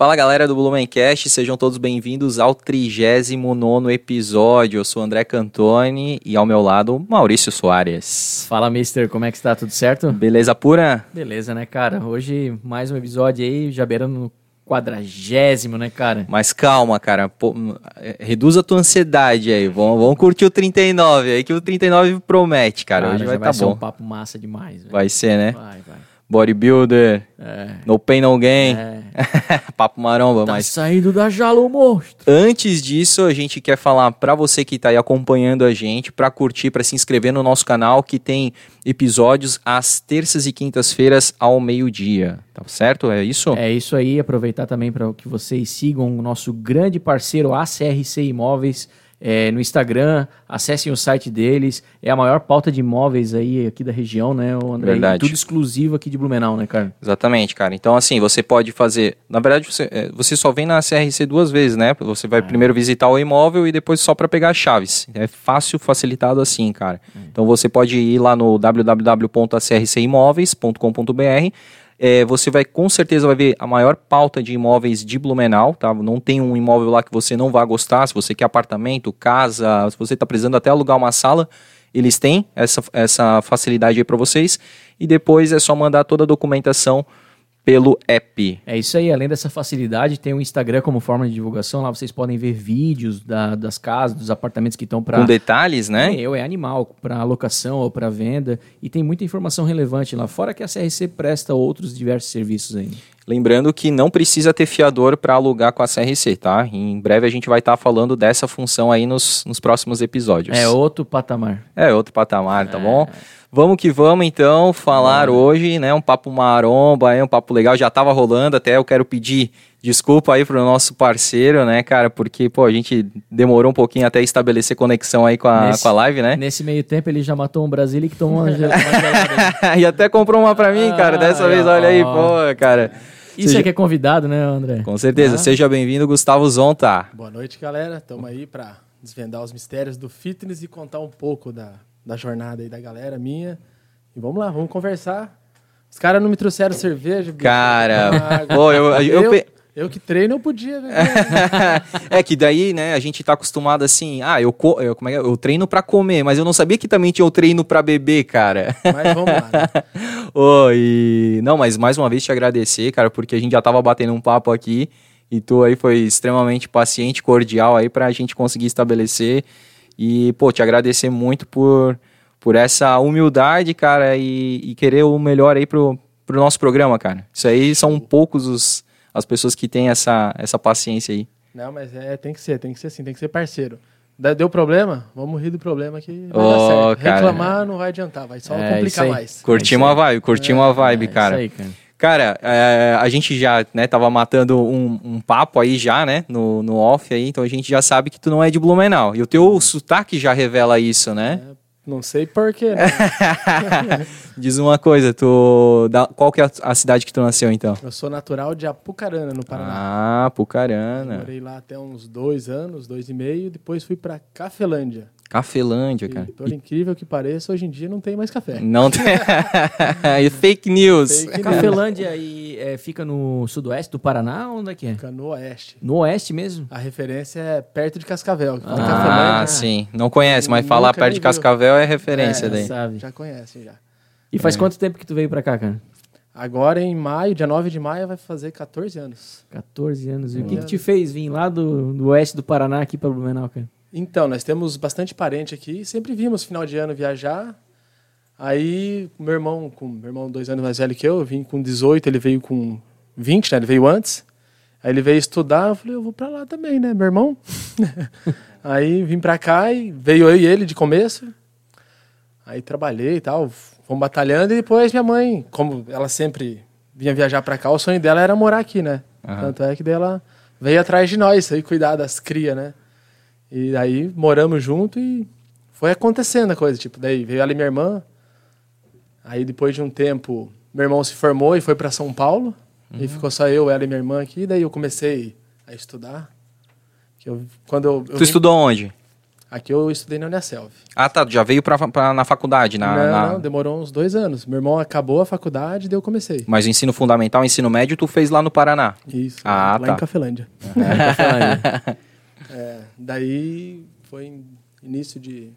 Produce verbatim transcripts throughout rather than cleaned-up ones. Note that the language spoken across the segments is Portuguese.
Fala galera do Blumencast, sejam todos bem-vindos ao trigésimo nono episódio. Eu sou o André Cantoni e ao meu lado, Maurício Soares. Fala, mister, como é que está? Tudo certo? Beleza pura? Beleza, né, cara? Hoje mais um episódio aí, já beirando no quadragésimo, né, cara? Mas calma, cara, pô, reduz a tua ansiedade aí, vamos, vamos curtir o trinta e nove aí, que o trinta e nove promete, cara, cara hoje vai estar tá ser bom. Um papo massa demais. Véio. Vai ser, né? Vai, vai. Bodybuilder, é. no pain, no gain, é. papo maromba. Tá mas saindo da jala o monstro. Antes disso, a gente quer falar pra você que tá aí acompanhando a gente, pra curtir, pra se inscrever no nosso canal, que tem episódios às terças e quintas-feiras ao meio-dia, tá certo? É isso? É isso aí, aproveitar também para que vocês sigam o nosso grande parceiro A C R C Imóveis, É, no Instagram, acessem o site deles, é a maior pauta de imóveis aí aqui da região, né, André? Verdade. Tudo exclusivo aqui de Blumenau, né, cara? Exatamente, cara. Então, assim, você pode fazer... Na verdade, você, você só vem na C R C duas vezes, né? Você vai ah. primeiro visitar o imóvel e depois só para pegar as chaves. É fácil, facilitado assim, cara. Hum. Então, você pode ir lá no w w w ponto a c r c imóveis ponto com ponto b r. É, você vai, com certeza, vai ver a maior pauta de imóveis de Blumenau, tá? Não tem um imóvel lá que você não vai gostar. Se você quer apartamento, casa, se você está precisando até alugar uma sala, eles têm essa, essa facilidade aí para vocês. E depois é só mandar toda a documentação pelo app. É isso aí, além dessa facilidade, tem o Instagram como forma de divulgação. Lá vocês podem ver vídeos da, das casas, dos apartamentos que estão para... Com detalhes, né? É, é animal, para alocação ou para venda. E tem muita informação relevante lá. Fora que a C R C presta outros diversos serviços aí. Lembrando que não precisa ter fiador para alugar com a C R C, tá? Em breve a gente vai estar tá falando dessa função aí nos, nos próximos episódios. É outro patamar. É outro patamar, tá é. bom? Vamos que vamos, então, falar Bora. hoje, né, um papo maromba, aí, um papo legal, já tava rolando, até eu quero pedir desculpa aí pro nosso parceiro, né, cara, porque, pô, a gente demorou um pouquinho até estabelecer conexão aí com a, nesse, com a live, né? Nesse meio tempo ele já matou um Brasília que tomou uma gelada. E até comprou uma pra mim, cara, dessa ah, vez, olha aí, pô, cara. Isso Seja... é que é convidado, né, André? Com certeza, ah. Seja bem-vindo, Gustavo Zonta. Boa noite, galera, estamos aí pra desvendar os mistérios do fitness e contar um pouco da, da jornada aí da galera minha. E vamos lá, vamos conversar. Os caras não me trouxeram cerveja. Cara, pô, eu, eu, eu, eu, eu que treino, eu podia. Né? É que daí, né, a gente tá acostumado assim, ah, eu, eu, como é que é? Eu treino pra comer, mas eu não sabia que também tinha o treino pra beber, cara. Mas vamos lá, né? Oh, e... Não, mas mais uma vez te agradecer, cara, porque a gente já tava batendo um papo aqui e tu aí foi extremamente paciente, cordial aí pra gente conseguir estabelecer. E, pô, te agradecer muito por... por essa humildade, cara, e, e querer o melhor aí pro, pro nosso programa, cara. Isso aí são poucos os, as pessoas que têm essa, essa paciência aí. Não, mas é, tem que ser, tem que ser assim, tem que ser parceiro. Deu problema? Vamos rir do problema que vai oh, dar certo. Cara. Reclamar não vai adiantar, vai só é, complicar mais. Curtimos é a vibe, curtimos é, a vibe, é, cara. Isso aí, cara. Cara, é, a gente já, né, tava matando um, um papo aí já, né, no, no off aí, então a gente já sabe que tu não é de Blumenau. E o teu sotaque já revela isso, né? É. Não sei porquê, né? Diz uma coisa, tu... Da, qual que é a cidade que tu nasceu, então? Eu sou natural de Apucarana, no Paraná. Ah, Apucarana. Eu morei lá até uns dois anos, dois e meio, depois fui pra Cafelândia. Cafelândia, cara. E, por e... incrível que pareça, hoje em dia não tem mais café. Não tem. Fake news. Fake news. Cafelândia e, é, fica no sudoeste do Paraná, onde é que é? Fica no oeste. No oeste mesmo? A referência é perto de Cascavel. Ah, Cafelândia, sim. Não conhece, mas falar perto de Cascavel é referência é, daí. Sabe. Já conhecem, já. E faz é. quanto tempo que tu veio pra cá, cara? Agora em maio, dia nove de maio, vai fazer quatorze anos. quatorze anos. E hum. o que que te fez vir lá do, do oeste do Paraná aqui pra Blumenau, cara? Então, nós temos bastante parente aqui, sempre vimos final de ano viajar. Aí, meu irmão, com meu irmão dois anos mais velho que eu, eu vim com dezoito, ele veio com vinte, né? Ele veio antes. Aí ele veio estudar, eu falei, eu vou pra lá também, né, meu irmão? Aí vim pra cá e veio eu e ele de começo. Aí trabalhei e tal, fomos batalhando e depois minha mãe, como ela sempre vinha viajar pra cá, o sonho dela era morar aqui, né? Uhum. Tanto é que daí ela veio atrás de nós, aí cuidar das crias, né? E aí moramos junto e foi acontecendo a coisa. Tipo, daí veio ela e minha irmã. Aí depois de um tempo, meu irmão se formou e foi para São Paulo. Uhum. E ficou só eu, ela e minha irmã aqui. Daí eu comecei a estudar. Que eu, quando eu, eu tu vim... estudou onde? Aqui eu estudei na Uniaselv. Ah, tá. Já veio pra, pra, na faculdade? Na, não, na... não, demorou uns dois anos. Meu irmão acabou a faculdade e daí eu comecei. Mas o ensino fundamental, o ensino médio, tu fez lá no Paraná? Isso, ah, lá tá. em Cafelândia. É, Cafelândia. é, daí foi em início de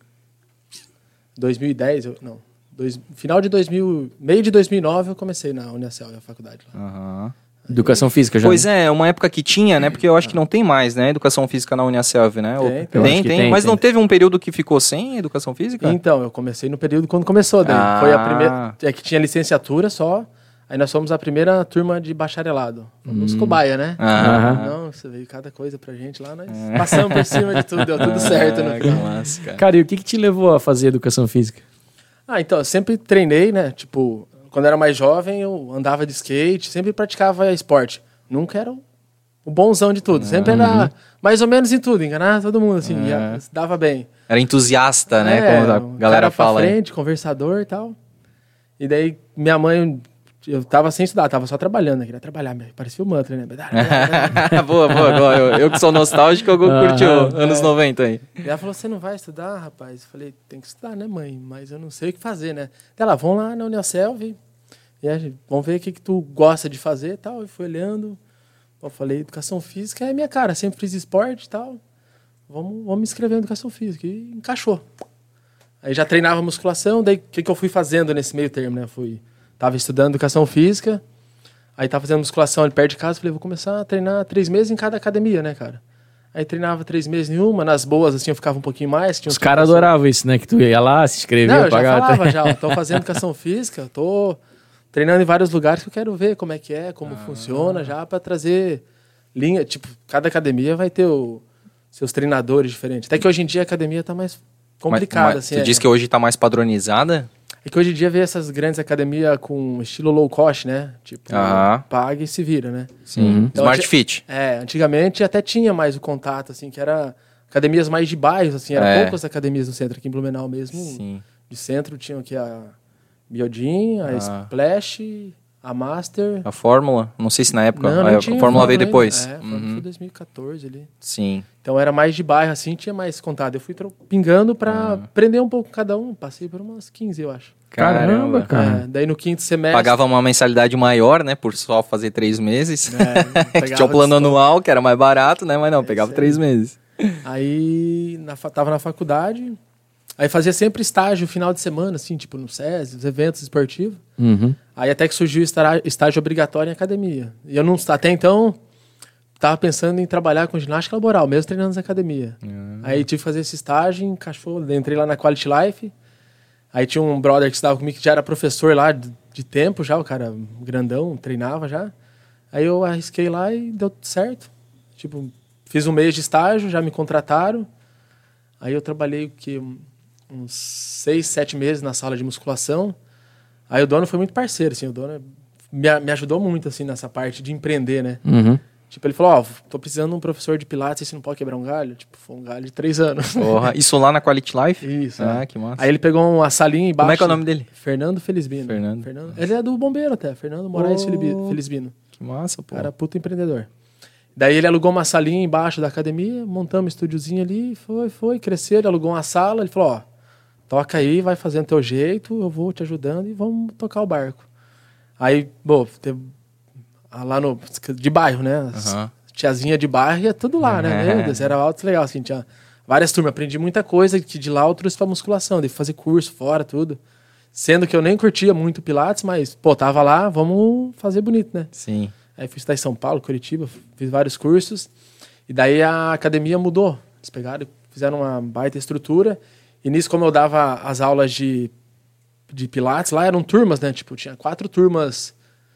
dois mil e dez, eu, não, dois, final de dois mil, meio de dois mil e nove eu comecei na Uniaselv, a faculdade lá. Aham. Educação física já. Pois é, uma época que tinha, né? Porque eu acho que não tem mais, né? Educação física na Uniaselv, né? Tem, Ou- tem. tem, Eu acho que tem, tem, mas tem. não teve um período que ficou sem educação física? Então, eu comecei no período quando começou, daí Ah. foi a primeira, é que tinha licenciatura só, aí nós fomos a primeira turma de bacharelado. Fomos Hum. cobaia, né? Ah. Não, você veio cada coisa pra gente lá, nós passamos por cima de tudo, deu tudo certo no Ah, que final. massa, cara. Cara, e o que, que te levou a fazer educação física? Ah, então, eu sempre treinei, né? Tipo, quando eu era mais jovem, eu andava de skate, sempre praticava esporte. Nunca era o o bonzão de tudo. Sempre era mais ou menos em tudo, enganava todo mundo, assim, É. ia- se dava bem. Era entusiasta, né? É, Como a um galera cara pra fala aí. frente, conversador e tal. E daí, minha mãe, eu tava sem estudar, tava só trabalhando, né? Queria trabalhar, parecia o mantra, né? boa, boa, boa. Eu, eu que sou nostálgico, eu curti Ah, o anos noventa aí. E ela falou, você não vai estudar, rapaz? Eu falei, tem que estudar, né, mãe? Mas eu não sei o que fazer, né? Ela, vamos lá na Uniaselv, e a gente, vamos ver o que, que tu gosta de fazer e tal. E fui olhando, eu falei, educação física é minha cara, sempre fiz esporte e tal. Vamos, vamos me inscrever em educação física. E encaixou. Aí já treinava musculação, daí o que, que eu fui fazendo nesse meio termo, né? Fui, tava estudando educação física, aí tava fazendo musculação ali perto de casa, falei, vou começar a treinar três meses em cada academia, né, cara? Aí treinava três meses em uma, nas boas, assim, eu ficava um pouquinho mais. Tinha Os uns caras professores- adoravam isso, né? Que tu ia lá, se inscrevia, Não, eu já pagava. falava já, eu tô fazendo educação física, eu tô treinando em vários lugares que eu quero ver como é que é, como funciona, já para trazer linha, tipo, cada academia vai ter o, seus treinadores diferentes. Até que hoje em dia a academia tá mais complicada, Mas- mas assim. Tu é. disse que hoje tá mais padronizada? É que hoje em dia vê essas grandes academias com estilo low cost, né? Tipo, Aham. paga e se vira, né? Sim. Uhum. Então, Smart anti- Fit. É, antigamente até tinha mais o contato, assim, que era academias mais de bairros, assim, eram É. poucas academias no centro, aqui em Blumenau mesmo. Sim. De centro tinham aqui a Biodin, a Ah. Splash, a Master. A Fórmula? Não sei se na época. Não, a não tinha Fórmula veio ainda. depois. É, a Fórmula Uhum. foi dois mil e catorze ali. Sim. Então era mais de bairro, assim, tinha mais contato. Eu fui tro- pingando pra Ah. aprender um pouco cada um. Passei por umas quinze, eu acho. Caramba, cara. É, daí no quinto semestre... Pagava uma mensalidade maior, né? Por só fazer três meses. É, que tinha o plano desconto. anual, que era mais barato, né? Mas não, pegava isso aí. três meses. Aí na, fa- tava na faculdade, aí fazia sempre estágio final de semana, assim, tipo no SESI, os eventos esportivos. Uhum. Aí até que surgiu o estra- estágio obrigatório em academia. E eu não, até então, tava pensando em trabalhar com ginástica laboral, mesmo treinando na academia. Aí tive que fazer esse estágio, encaixou, entrei lá na Quality Life. Aí tinha um brother que estava comigo que já era professor lá de, de tempo já, o cara grandão, treinava já. Aí eu arrisquei lá e deu tudo certo. Tipo, fiz um mês de estágio, já me contrataram. Aí eu trabalhei o quê? Um- uns seis, sete meses na sala de musculação. Aí o dono foi muito parceiro, assim, o dono me, a- me ajudou muito, assim, nessa parte de empreender, né? Uhum. Tipo, ele falou, ó, tô precisando de um professor de pilates, você não pode quebrar um galho? Tipo, foi um galho de três anos. Porra. Isso lá na Quality Life? Isso, Ah, é. que massa. Aí ele pegou uma salinha embaixo. Como é que é o nome dele? Fernando Felisbino. Fernando. Ele é do bombeiro até, Fernando Moraes Oh. Felibi- Felisbino. Que massa, pô. Cara, puto empreendedor. Daí ele alugou uma salinha embaixo da academia, montamos um estúdiozinho ali, foi, foi, cresceu, ele alugou uma sala, ele falou, ó, toca aí, vai fazendo teu jeito, eu vou te ajudando e vamos tocar o barco. Aí, bom, teve, ah, lá no, de bairro, né, as Aham. tiazinha de bairro ia tudo lá, né, meu Deus, era alto legal, assim, tinha várias turmas, aprendi muita coisa que de lá eu trouxe pra musculação, devo fazer curso fora, tudo. Sendo que eu nem curtia muito Pilates, mas, pô, tava lá, vamos fazer bonito, né. Sim. Aí fui estudar em São Paulo, Curitiba, fiz vários cursos. E daí a academia mudou. Eles pegaram, fizeram uma baita estrutura. E nisso, como eu dava as aulas de, de Pilates, lá eram turmas, né? Tipo, tinha quatro turmas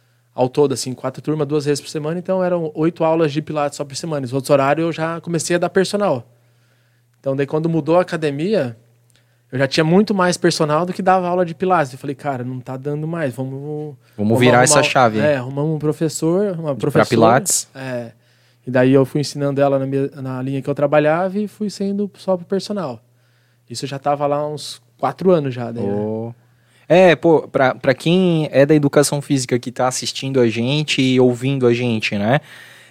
ao todo, assim, quatro turmas duas vezes por semana. Então eram oito aulas de Pilates só por semana. Os outros horários eu já comecei a dar personal. Então daí quando mudou a academia, eu já tinha muito mais personal do que dava aula de Pilates. Eu falei, cara, não tá dando mais, vamos... Vamos virar essa chave. É, arrumamos um professor, uma Pra professora. Pilates. É. E daí eu fui ensinando ela na, minha, na linha que eu trabalhava e fui sendo só pro personal. Isso eu já tava lá uns quatro anos já. Daí, né? Oh. É, pô, pra, pra quem é da educação física que tá assistindo a gente e ouvindo a gente, né?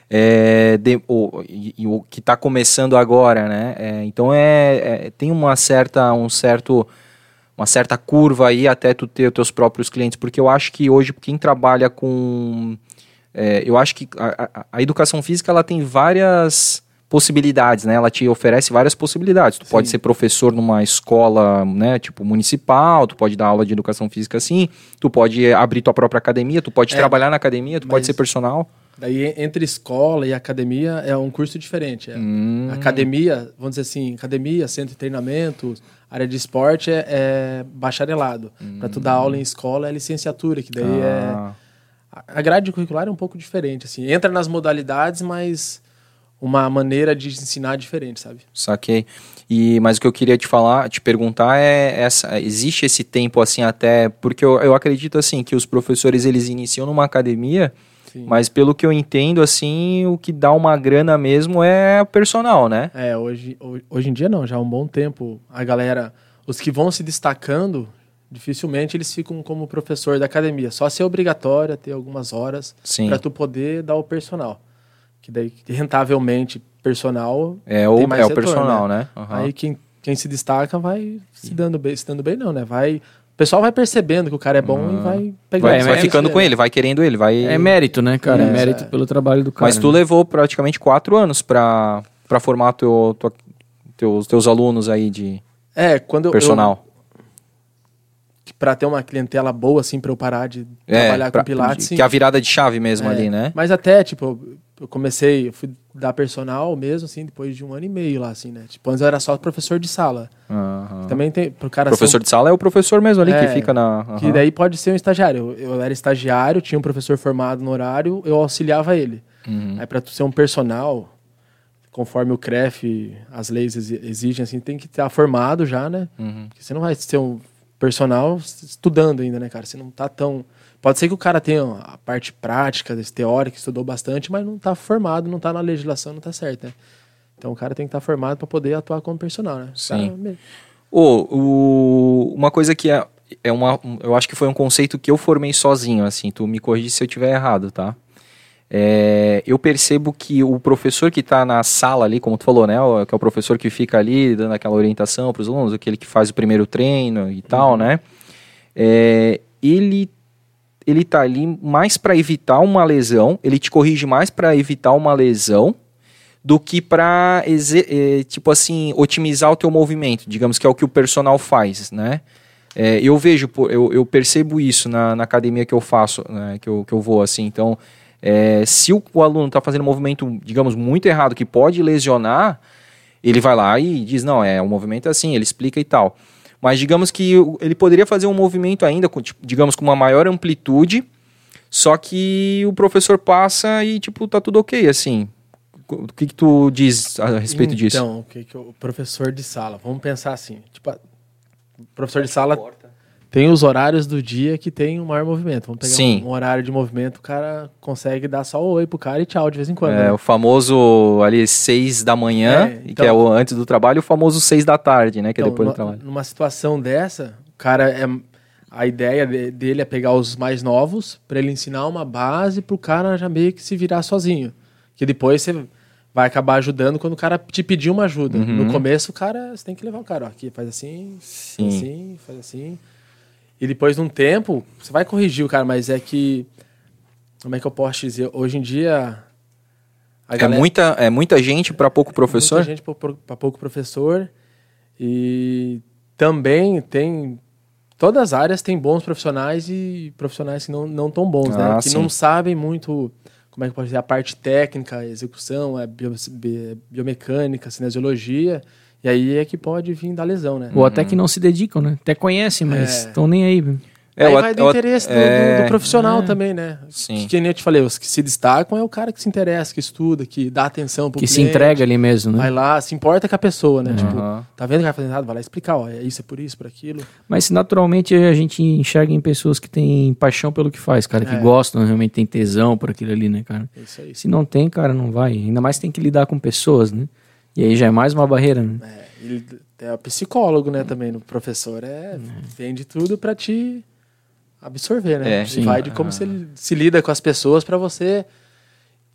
É, de, o, e, e o que está começando agora, né? É, então é, é, tem uma certa, um certo, uma certa curva aí até tu ter os teus próprios clientes, porque eu acho que hoje quem trabalha com... É, eu acho que a, a, a educação física ela tem várias possibilidades, né? Ela te oferece várias possibilidades. Tu Sim. pode ser professor numa escola, né, tipo municipal, tu pode dar aula de educação física assim, tu pode abrir tua própria academia, tu pode é, trabalhar na academia, tu pode ser personal. Daí, entre escola e academia, é um curso diferente. É. Hum. Academia, vamos dizer assim, academia, centro de treinamento, área de esporte é, é bacharelado. Hum. Para tu dar aula em escola é licenciatura, que daí ah. é... A grade curricular é um pouco diferente, assim. Entra nas modalidades, mas uma maneira de ensinar diferente, sabe? Saquei. E, mas o que eu queria te falar, te perguntar é, essa, existe esse tempo, assim, até... Porque eu, eu acredito, assim, que os professores, eles iniciam numa academia... Sim. Mas pelo que eu entendo, assim, o que dá uma grana mesmo é o personal, né? É, hoje, hoje em dia não, já há um bom tempo. A galera, os que vão se destacando, dificilmente eles ficam como professor da academia. Só se é obrigatório ter algumas horas para tu poder dar o personal. Que daí, rentavelmente, personal é o, tem mais é retorno, o personal, né? né? Uhum. Aí quem, quem se destaca vai se dando bem, se dando bem não, né? Vai... O pessoal vai percebendo que o cara é bom hum. e vai pegar. Vai, vai ficando com ele, vai querendo ele. Vai... É mérito, né, cara? É, é mérito é. pelo trabalho do cara. Mas tu né? levou praticamente quatro anos pra, pra formar teu, tua, teus, teus alunos aí de é, quando personal. Eu, pra ter uma clientela boa, assim, pra eu parar de é, trabalhar pra, com Pilates. Que é a virada de chave mesmo é, ali, né? Mas até, tipo, eu comecei, eu fui dar personal mesmo, assim, depois de um ano e meio lá, assim, né? Tipo, antes eu era só professor de sala. Uhum. Também tem, pro cara professor ser um... de sala é o professor mesmo ali é, que fica na... Uhum. Que daí pode ser um estagiário. Eu, eu era estagiário, tinha um professor formado no horário, eu auxiliava ele. Uhum. Aí pra tu ser um personal, conforme o C R E F, as leis exigem, assim, tem que estar formado já, né? Uhum. Porque você não vai ser um personal estudando ainda, né, cara? Você não tá tão... Pode ser que o cara tenha a parte prática, teórica, estudou bastante, mas não está formado, não está na legislação, não está certo, né? Então o cara tem que estar tá formado para poder atuar como personal, né? Sim. Cara, oh, o... Uma coisa que é, é uma... Eu acho que foi um conceito que eu formei sozinho, assim, tu me corrige se eu estiver errado, tá? É, eu percebo que o professor que está na sala ali, como tu falou, né? Que é o professor que fica ali dando aquela orientação para os alunos, aquele que faz o primeiro treino e tal, uhum. né? É, ele... ele tá ali mais para evitar uma lesão, ele te corrige mais para evitar uma lesão do que para, eh, tipo assim, otimizar o teu movimento, digamos que é o que o personal faz, né? É, eu vejo, eu, eu percebo isso na, na academia que eu faço, né, que, eu, que eu vou, assim, então, é, se o, o aluno tá fazendo um movimento, digamos, muito errado, que pode lesionar, ele vai lá e diz, não, é, o movimento é assim, ele explica e tal. Mas digamos que ele poderia fazer um movimento ainda, digamos, com uma maior amplitude, só que o professor passa e, tipo, tá tudo ok, assim. O que, que tu diz a respeito então, disso? Então, o que, que o professor de sala, vamos pensar assim, tipo, o professor de sala tem os horários do dia que tem o maior movimento. Vamos pegar Sim. Um, um horário de movimento, o cara consegue dar só o oi pro cara e tchau de vez em quando. É, né? o famoso ali seis da manhã, é, então, que é o antes do trabalho, e o famoso seis da tarde, né, que então, é depois no, do trabalho. Numa situação dessa, o cara é... A ideia dele é pegar os mais novos para ele ensinar uma base pro cara já meio que se virar sozinho. Que depois você vai acabar ajudando quando o cara te pedir uma ajuda. Uhum. No começo, o cara, você tem que levar o cara. Ó, aqui, faz assim, Sim. faz assim, faz assim. E depois de um tempo, você vai corrigir o cara, mas é que... Como é que eu posso dizer? Hoje em dia... A galera, é, muita, é muita gente para pouco professor? É muita gente para pouco professor. E também tem... Todas as áreas têm bons profissionais e profissionais que não, não tão bons, ah, né? Que sim. não sabem muito, como é que pode dizer, a parte técnica, a execução, a bio, biomecânica, a cinesiologia, e aí é que pode vir da lesão, né? Ou até que não se dedicam, né? Até conhecem, mas estão é. nem aí. É, aí vai do interesse do, é... do, do profissional é. também, né? Sim. Que, que nem eu te falei, os que se destacam é o cara que se interessa, que estuda, que dá atenção pro que cliente. Que se entrega ali mesmo, né? Vai lá, se importa com a pessoa, né? Uhum. Tipo, tá vendo que vai fazer errado? Vai lá explicar, ó, é isso, é por isso, por aquilo. Mas naturalmente a gente enxerga em pessoas que têm paixão pelo que faz, cara, que é. gostam, realmente tem tesão por aquilo ali, né, cara? Isso aí. Se não tem, cara, não vai. Ainda mais tem que lidar com pessoas, né? E aí já é mais uma barreira, né? É, ele é o psicólogo, né, também, o professor é, é. vende tudo pra te... absorver, né? É, sim. Vai de como ah. você se lida com as pessoas para você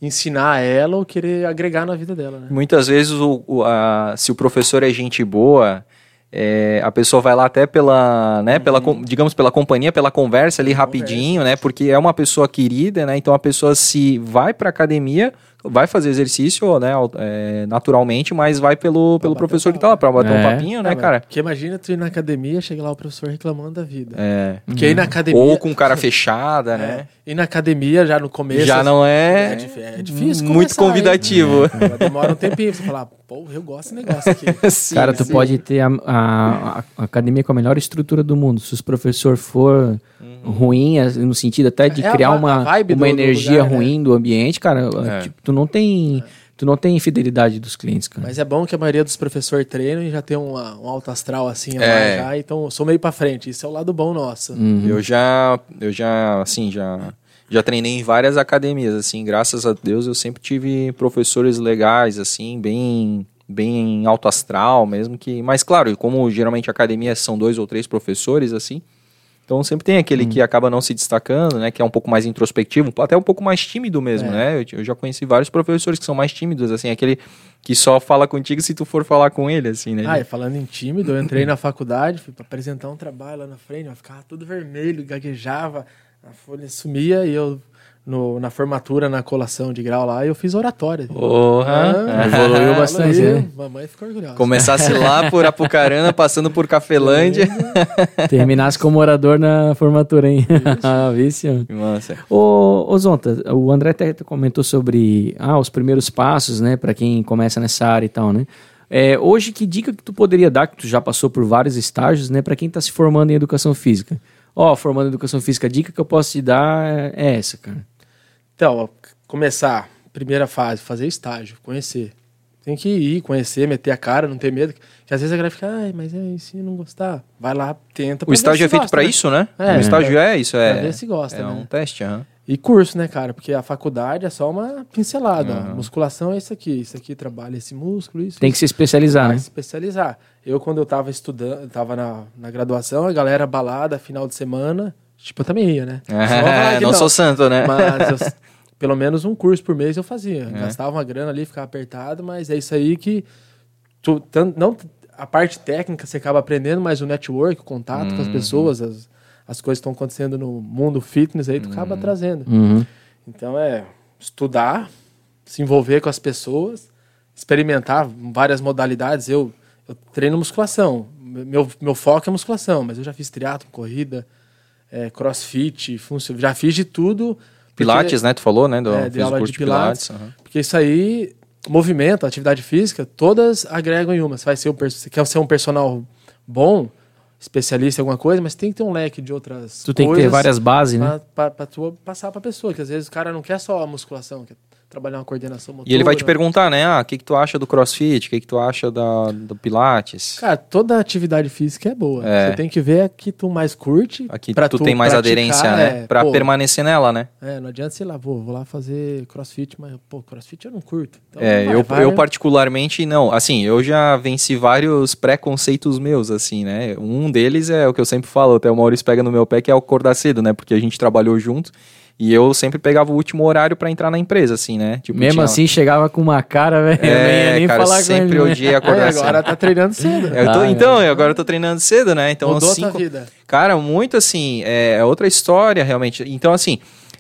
ensinar ela ou querer agregar na vida dela, né? Muitas vezes, o, o, a, se o professor é gente boa, é, a pessoa vai lá até pela, né, pela, Uhum. digamos, pela companhia, pela conversa ali Conversa. rapidinho, né? Porque é uma pessoa querida, né? Então a pessoa se vai pra academia, vai fazer exercício, né, é, naturalmente, mas vai pelo, pelo bater professor um que tá lá, pra bater um É. papinho, né, Ah, mas- cara? Porque imagina tu ir na academia, chega lá o professor reclamando da vida. É. Porque aí na academia... Ou com cara fechada, né? É, e na academia, já no começo... Já não é, É, dif- é difícil muito começar, convidativo. hein? Já demora um tempinho pra você falar, pô, eu gosto desse negócio aqui. Sim, Cara, tu sim. pode ter a, a- a academia com a melhor estrutura do mundo. Se os professor for ruim, as- no sentido até de É a criar va- uma, a vibe uma do- do energia lugar, né? ruim do ambiente, cara, É. tipo, tu não tem... Tu não tem fidelidade dos clientes, cara. Mas é bom que a maioria dos professores treinam e já tem uma, um alto astral assim, a É. mais já, então eu sou meio pra frente. Isso é o lado bom nosso. Uhum. Eu já, eu já, assim, já, já treinei em várias academias, assim, graças a Deus eu sempre tive professores legais, assim, bem, bem alto astral mesmo, que, mas claro, como geralmente academias são dois ou três professores, assim, então sempre tem aquele que acaba não se destacando, né, que é um pouco mais introspectivo, até um pouco mais tímido mesmo, É. né, eu, eu já conheci vários professores que são mais tímidos, assim, aquele que só fala contigo se tu for falar com ele, assim, né. Ah, e falando em tímido, eu entrei na faculdade, fui pra apresentar um trabalho lá na frente, eu ficava tudo vermelho, gaguejava, a folha sumia e eu, no, na formatura, na colação de grau lá, eu fiz oratória. Porra! Ah, Evoluiu bastante, evoluiu. né? Mamãe ficou orgulhosa. Começasse lá por Apucarana, passando por Cafelândia. Terminasse como orador na formatura, hein? Ah, vício. Nossa. Ô, ô Zonta, o André até comentou sobre ah, os primeiros passos, né, para quem começa nessa área e tal, né? É, hoje, que dica que tu poderia dar, que tu já passou por vários estágios, né, para quem está se formando em educação física? Ó, formando em educação física, a dica que eu posso te dar é essa, cara. Então, ó, começar, primeira fase, fazer estágio, conhecer. Tem que ir, conhecer, meter a cara, não ter medo. Que às vezes a galera fica, ai, mas e se não gostar? Vai lá, tenta. O pra ver estágio se é feito gosta, pra né? isso, né? É, o estágio é isso, Pra é. ver se gosta, É né? um teste, aham. E curso, né, cara? Porque a faculdade é só uma pincelada. ó. Uhum. Musculação é isso aqui. Isso aqui trabalha esse músculo, isso. Tem que isso. se especializar, Vai né? se especializar. Eu, quando eu tava estudando, tava na, na graduação, a galera balada, final de semana. Tipo, eu também ia, né? Só falar que não, sou santo, né? Mas eu- pelo menos um curso por mês eu fazia. Gastava uma grana ali, ficava apertado, mas é isso aí que tu, tan- não a parte técnica você acaba aprendendo, mas o network, o contato com as pessoas, as, as coisas que estão acontecendo no mundo fitness aí, tu acaba trazendo. Uhum. Então é estudar, se envolver com as pessoas, experimentar várias modalidades. Eu, eu treino musculação. Meu, meu foco é musculação, mas eu já fiz triatlo, corrida, é, crossfit, funcio, já fiz de tudo. porque- Pilates, né? Tu falou, né? Do, É, de fez o aula curso de de Pilates. Pilates. aham. Porque isso aí, movimento, atividade física, todas agregam em uma. Você vai ser um, pers- você quer ser um personal bom, especialista em alguma coisa, mas tem que ter um leque de outras Tu tem que ter coisas várias bases, né? pra, pra, pra tu passar pra pessoa, que às vezes o cara não quer só a musculação, quer trabalhar uma coordenação motora. E ele vai te perguntar, né? Ah, o que, que tu acha do CrossFit? O que, que tu acha da, do Pilates? Cara, toda atividade física é boa. É. Você tem que ver a que tu mais curte. Aqui pra tu, tem mais praticar, aderência, né? é, Pra pô, permanecer nela, né? É, não adianta, sei lá, vou, vou lá fazer crossfit, mas, pô, crossfit eu não curto. Então, É, vai, eu, vai. eu particularmente não. Assim, eu já venci vários preconceitos meus, assim, né? Um deles é o que eu sempre falo, até o Maurício pega no meu pé, que é acordar cedo, né? Porque a gente trabalhou junto e eu sempre pegava o último horário pra entrar na empresa, assim, né? Tipo, Mesmo tinha- assim, chegava com uma cara, velho. eu não ia É, nem cara, falar sempre com ele. né? odiei É, acordar agora cedo. tá treinando cedo. Eu tô- Ah, então, eu agora eu tô treinando cedo, né? Então, Mudou a cinco... tua vida. Cara, muito assim, é é outra história, realmente. Então, assim,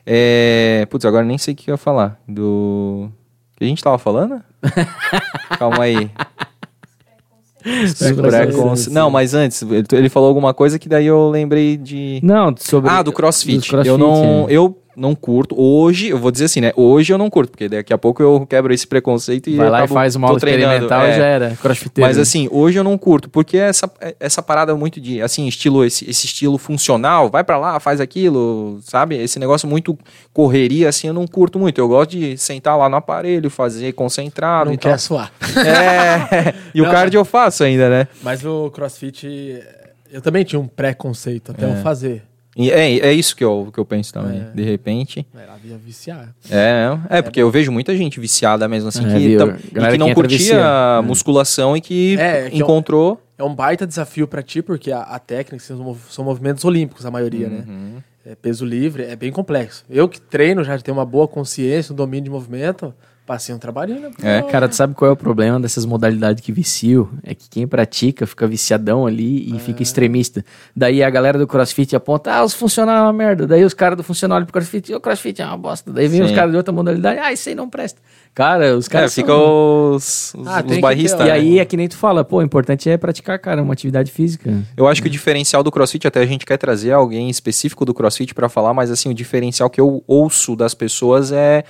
é... Putz, agora nem sei o que eu ia falar. Do... O que a gente tava falando? Calma aí. Os Preconce- preconceitos. Não, mas antes, ele- ele falou alguma coisa que daí eu lembrei de... Não, sobre... Ah, do CrossFit. dos crossfit, eu não, é. eu não curto. Hoje, eu vou dizer assim, né? Hoje eu não curto, porque daqui a pouco eu quebro esse preconceito e Vai lá e acabo- faz uma tô aula treinando. experimental É. e já era. Crossfiteiro. Mas assim, hoje eu não curto, porque essa, essa parada muito de, assim, estilo, esse, esse estilo funcional, vai pra lá, faz aquilo, sabe? Esse negócio muito correria, assim, eu não curto muito. Eu gosto de sentar lá no aparelho, fazer concentrado Não e quer tal. suar. É, e o Não, cardio eu faço ainda, né? Mas o crossfit, eu também tinha um preconceito até eu fazer. E é, é isso que eu, que eu penso também, É. de repente. Era via viciar. É, é, porque eu vejo muita gente viciada mesmo, assim, É, que, viu? tam- e Galera que não que entra curtia vicia. musculação e que É, que é um- encontrou... É um baita desafio pra ti, porque a, a técnica são, mov- são movimentos olímpicos, a maioria, né? Uhum. é peso livre, é bem complexo. Eu que treino, já tenho uma boa consciência, um domínio de movimento, passei um trabalhinho, né? É, cara, tu sabe qual é o problema dessas modalidades que viciam? É que quem pratica fica viciadão ali e é. fica extremista. Daí a galera do CrossFit aponta, ah, os funcionários é uma merda. Daí os caras do funcional olham pro CrossFit, o CrossFit é uma bosta. Daí vem Sim. os caras de outra modalidade, ah, isso aí não presta. Cara, os caras É, fica são... os, os, ah, os barristas. E aí é que nem tu fala, pô, o importante é praticar, cara, uma atividade física. Eu acho que o diferencial do CrossFit, até a gente quer trazer alguém específico do CrossFit pra falar, mas assim, o diferencial que eu ouço das pessoas é...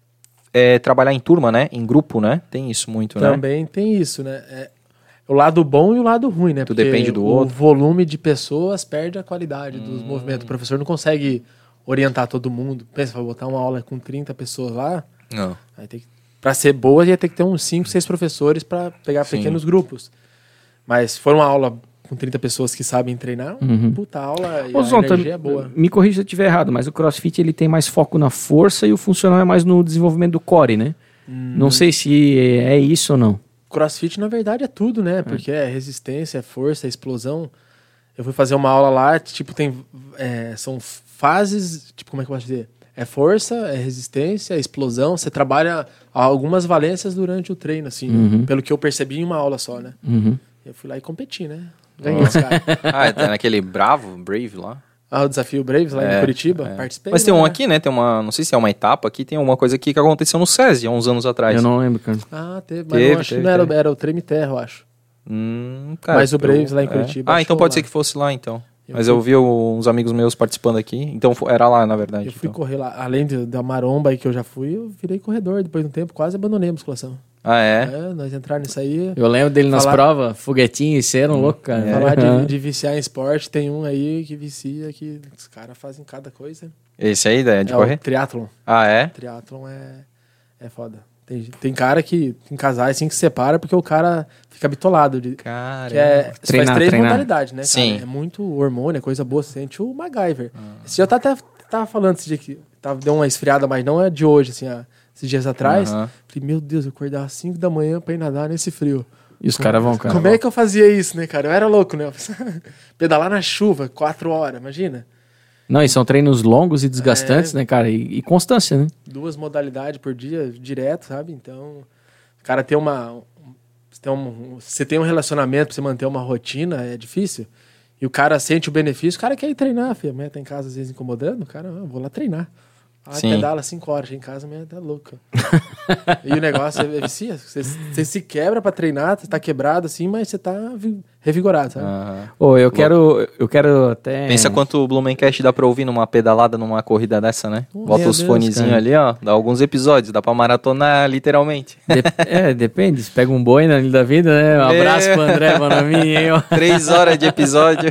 É trabalhar em turma, né? Em grupo, né? Tem isso muito, Também né? Também tem isso, né? É o lado bom e o lado ruim, né? Tu Porque depende do o outro. volume de pessoas perde a qualidade hum. dos movimentos. O professor não consegue orientar todo mundo. Pensa, vai botar uma aula com trinta pessoas lá. Não. Aí tem que, pra ser boa, ia ter que ter uns cinco, seis professores para pegar Sim. pequenos grupos. Mas se for uma aula com trinta pessoas que sabem treinar, uhum. puta aula e Ô, a Zonta, energia é boa. Me corrija se eu estiver errado, mas o CrossFit ele tem mais foco na força e o funcional é mais no desenvolvimento do core, né? Hum. Não sei se é isso ou não. CrossFit, na verdade, é tudo, né? Porque é resistência, é força, é explosão. Eu fui fazer uma aula lá, tipo, tem... É, são fases... Tipo, como é que eu posso dizer? É força, é resistência, é explosão. Você trabalha algumas valências durante o treino, assim. Uhum. Pelo que eu percebi em uma aula só, né? Uhum. Eu fui lá e competi, né? Ganhei esse cara. Ah, é naquele Bravo, Brave lá? Ah, o Desafio Braves lá é, em Curitiba, é. participei. Mas tem né? um aqui, né? Tem uma, não sei se é uma etapa aqui, tem uma coisa aqui que aconteceu no SESI há uns anos atrás. Eu não lembro, cara. Ah, teve, mas teve, não, acho teve, que não era, teve. era o Treme Terra, eu acho. Hum, cara, mas o Braves eu, lá em é. Curitiba. Ah, então pode lá. ser que fosse lá, então. Eu mas fui... eu vi uns amigos meus participando aqui, então era lá, na verdade. Eu fui então. correr lá, além de, da maromba aí que eu já fui, eu virei corredor. Depois de um tempo, quase abandonei a musculação. Ah, é? É, nós entrarmos nisso aí... Eu lembro dele nas falar... provas, foguetinho e cera, um louco, cara. É. Falar de, de viciar em esporte, tem um aí que vicia, que os caras fazem cada coisa. Esse aí, né, de é correr? O triatlon. Ah, é? Triatlon é, é foda. Tem, tem cara que, tem casais assim que se separa porque o cara fica bitolado. De, cara, que é, você treinar, faz três treinar. modalidades, né, cara? Sim. É muito hormônio, é coisa boa, você sente o MacGyver. Ah. Esse dia eu tava, tava falando esse dia que tava, deu uma esfriada, mas não é de hoje, assim, ó. Esses dias atrás, uh-huh. falei, meu Deus, eu acordar às cinco da manhã pra ir nadar nesse frio. E os caras vão, cara. Como é que eu fazia isso, né, cara? Eu era louco, né? Pedalar na chuva, quatro horas, imagina. Não, e são treinos longos e desgastantes, é, né, cara? E, e constância, né? Duas modalidades por dia, direto, sabe? Então, o cara tem uma... Você tem um, você tem um relacionamento pra você manter uma rotina, é difícil. E o cara sente o benefício, o cara quer ir treinar, filho. A mulher tá em casa às vezes incomodando, o cara, ah, vou lá treinar. Ah, pedala cinco horas, em casa, a mulher tá louca. E o negócio é vicia. Você, você se quebra pra treinar, você tá quebrado assim, mas você tá revigorado, sabe? Ah, oh, eu, quero, eu quero até... Pensa quanto o Blumencast dá pra ouvir numa pedalada, numa corrida dessa, né? Oh, Bota os fonezinhos ali, ó. Dá alguns episódios, dá pra maratonar literalmente. De- é, depende. Se pega um boi na linha da vida, né? Um abraço pro André, Bonamin, hein? Ó. Três horas de episódio.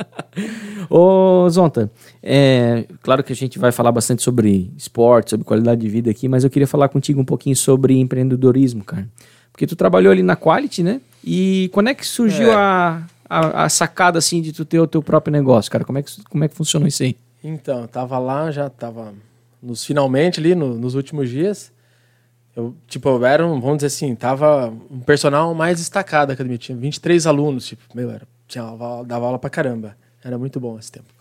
Ô, Zonta, é, claro que a gente vai falar bastante sobre esporte, sobre qualidade de vida aqui, mas eu queria falar contigo um pouquinho sobre empreendedorismo, cara. Porque tu trabalhou ali na Quality, né? E quando é que surgiu É. a, a, a sacada, assim, de tu ter o teu próprio negócio, cara? Como é que, como é que funcionou isso aí? Então, eu tava lá, já tava nos finalmente ali, no, nos últimos dias. Eu, tipo, eu era, um, vamos dizer assim, tava um personal mais destacado da academia. Tinha vinte e três alunos, tipo, meu, era, tinha, dava aula pra caramba. Era muito bom esse tempo.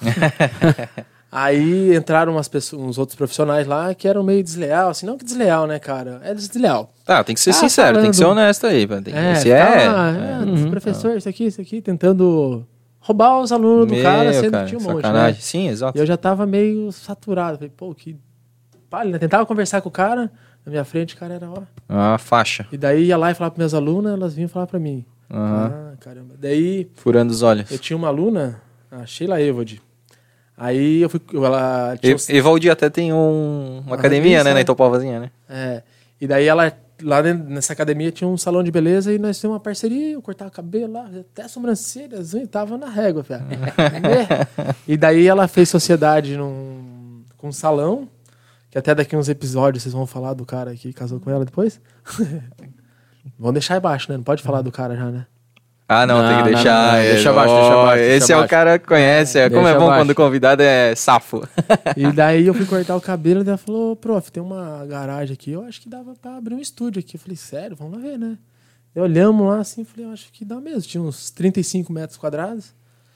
Aí entraram umas pessoas, uns outros profissionais lá que eram meio desleal, assim, não que desleal, né, cara? É desleal. Tá, tem que ser Ah, sincero, falando. tem que ser honesto aí. Tem, É, se é, lá, é, é, uhum. professor, isso aqui, isso aqui, tentando roubar os alunos do Meu, cara, sendo cara, que tinha um monte, sacanagem. né? Sim, exato. E eu já tava meio saturado. Falei, pô, que palha, né? Tentava conversar com o cara, na minha frente o cara era, ó. Ah, faixa. E daí ia lá e falava para minhas alunas, elas vinham falar para mim. Aham. Ah, caramba. Daí Furando os olhos. eu tinha uma aluna, a Sheila Evode. Aí eu fui. Ela tinha uns- E, Evaldi até tem um, uma Ah, academia, isso, né, é. na Itopavazinha, né? É, e daí ela, lá dentro, nessa academia tinha um salão de beleza e nós tínhamos uma parceria, eu cortava cabelo lá, até a sobrancelha, as unhas, tava na régua, velho. E daí ela fez sociedade num, com um salão, que até daqui uns episódios vocês vão falar do cara que casou com ela depois. Vão deixar aí embaixo, né? Não pode falar do cara já, né? Ah, não, Não, tem que não, deixar. não, não, é, deixa abaixo, deixa ó, abaixo, deixa Esse é abaixo. o cara que conhece. É, como Deixa é bom abaixo. quando o convidado é safo. E daí eu fui cortar o cabelo e ela falou, prof, tem uma garagem aqui, eu acho que dava pra abrir um estúdio aqui. Eu falei, sério? Vamos lá ver, né? E olhamos lá assim, falei, eu acho que dá mesmo. Tinha uns trinta e cinco metros quadrados.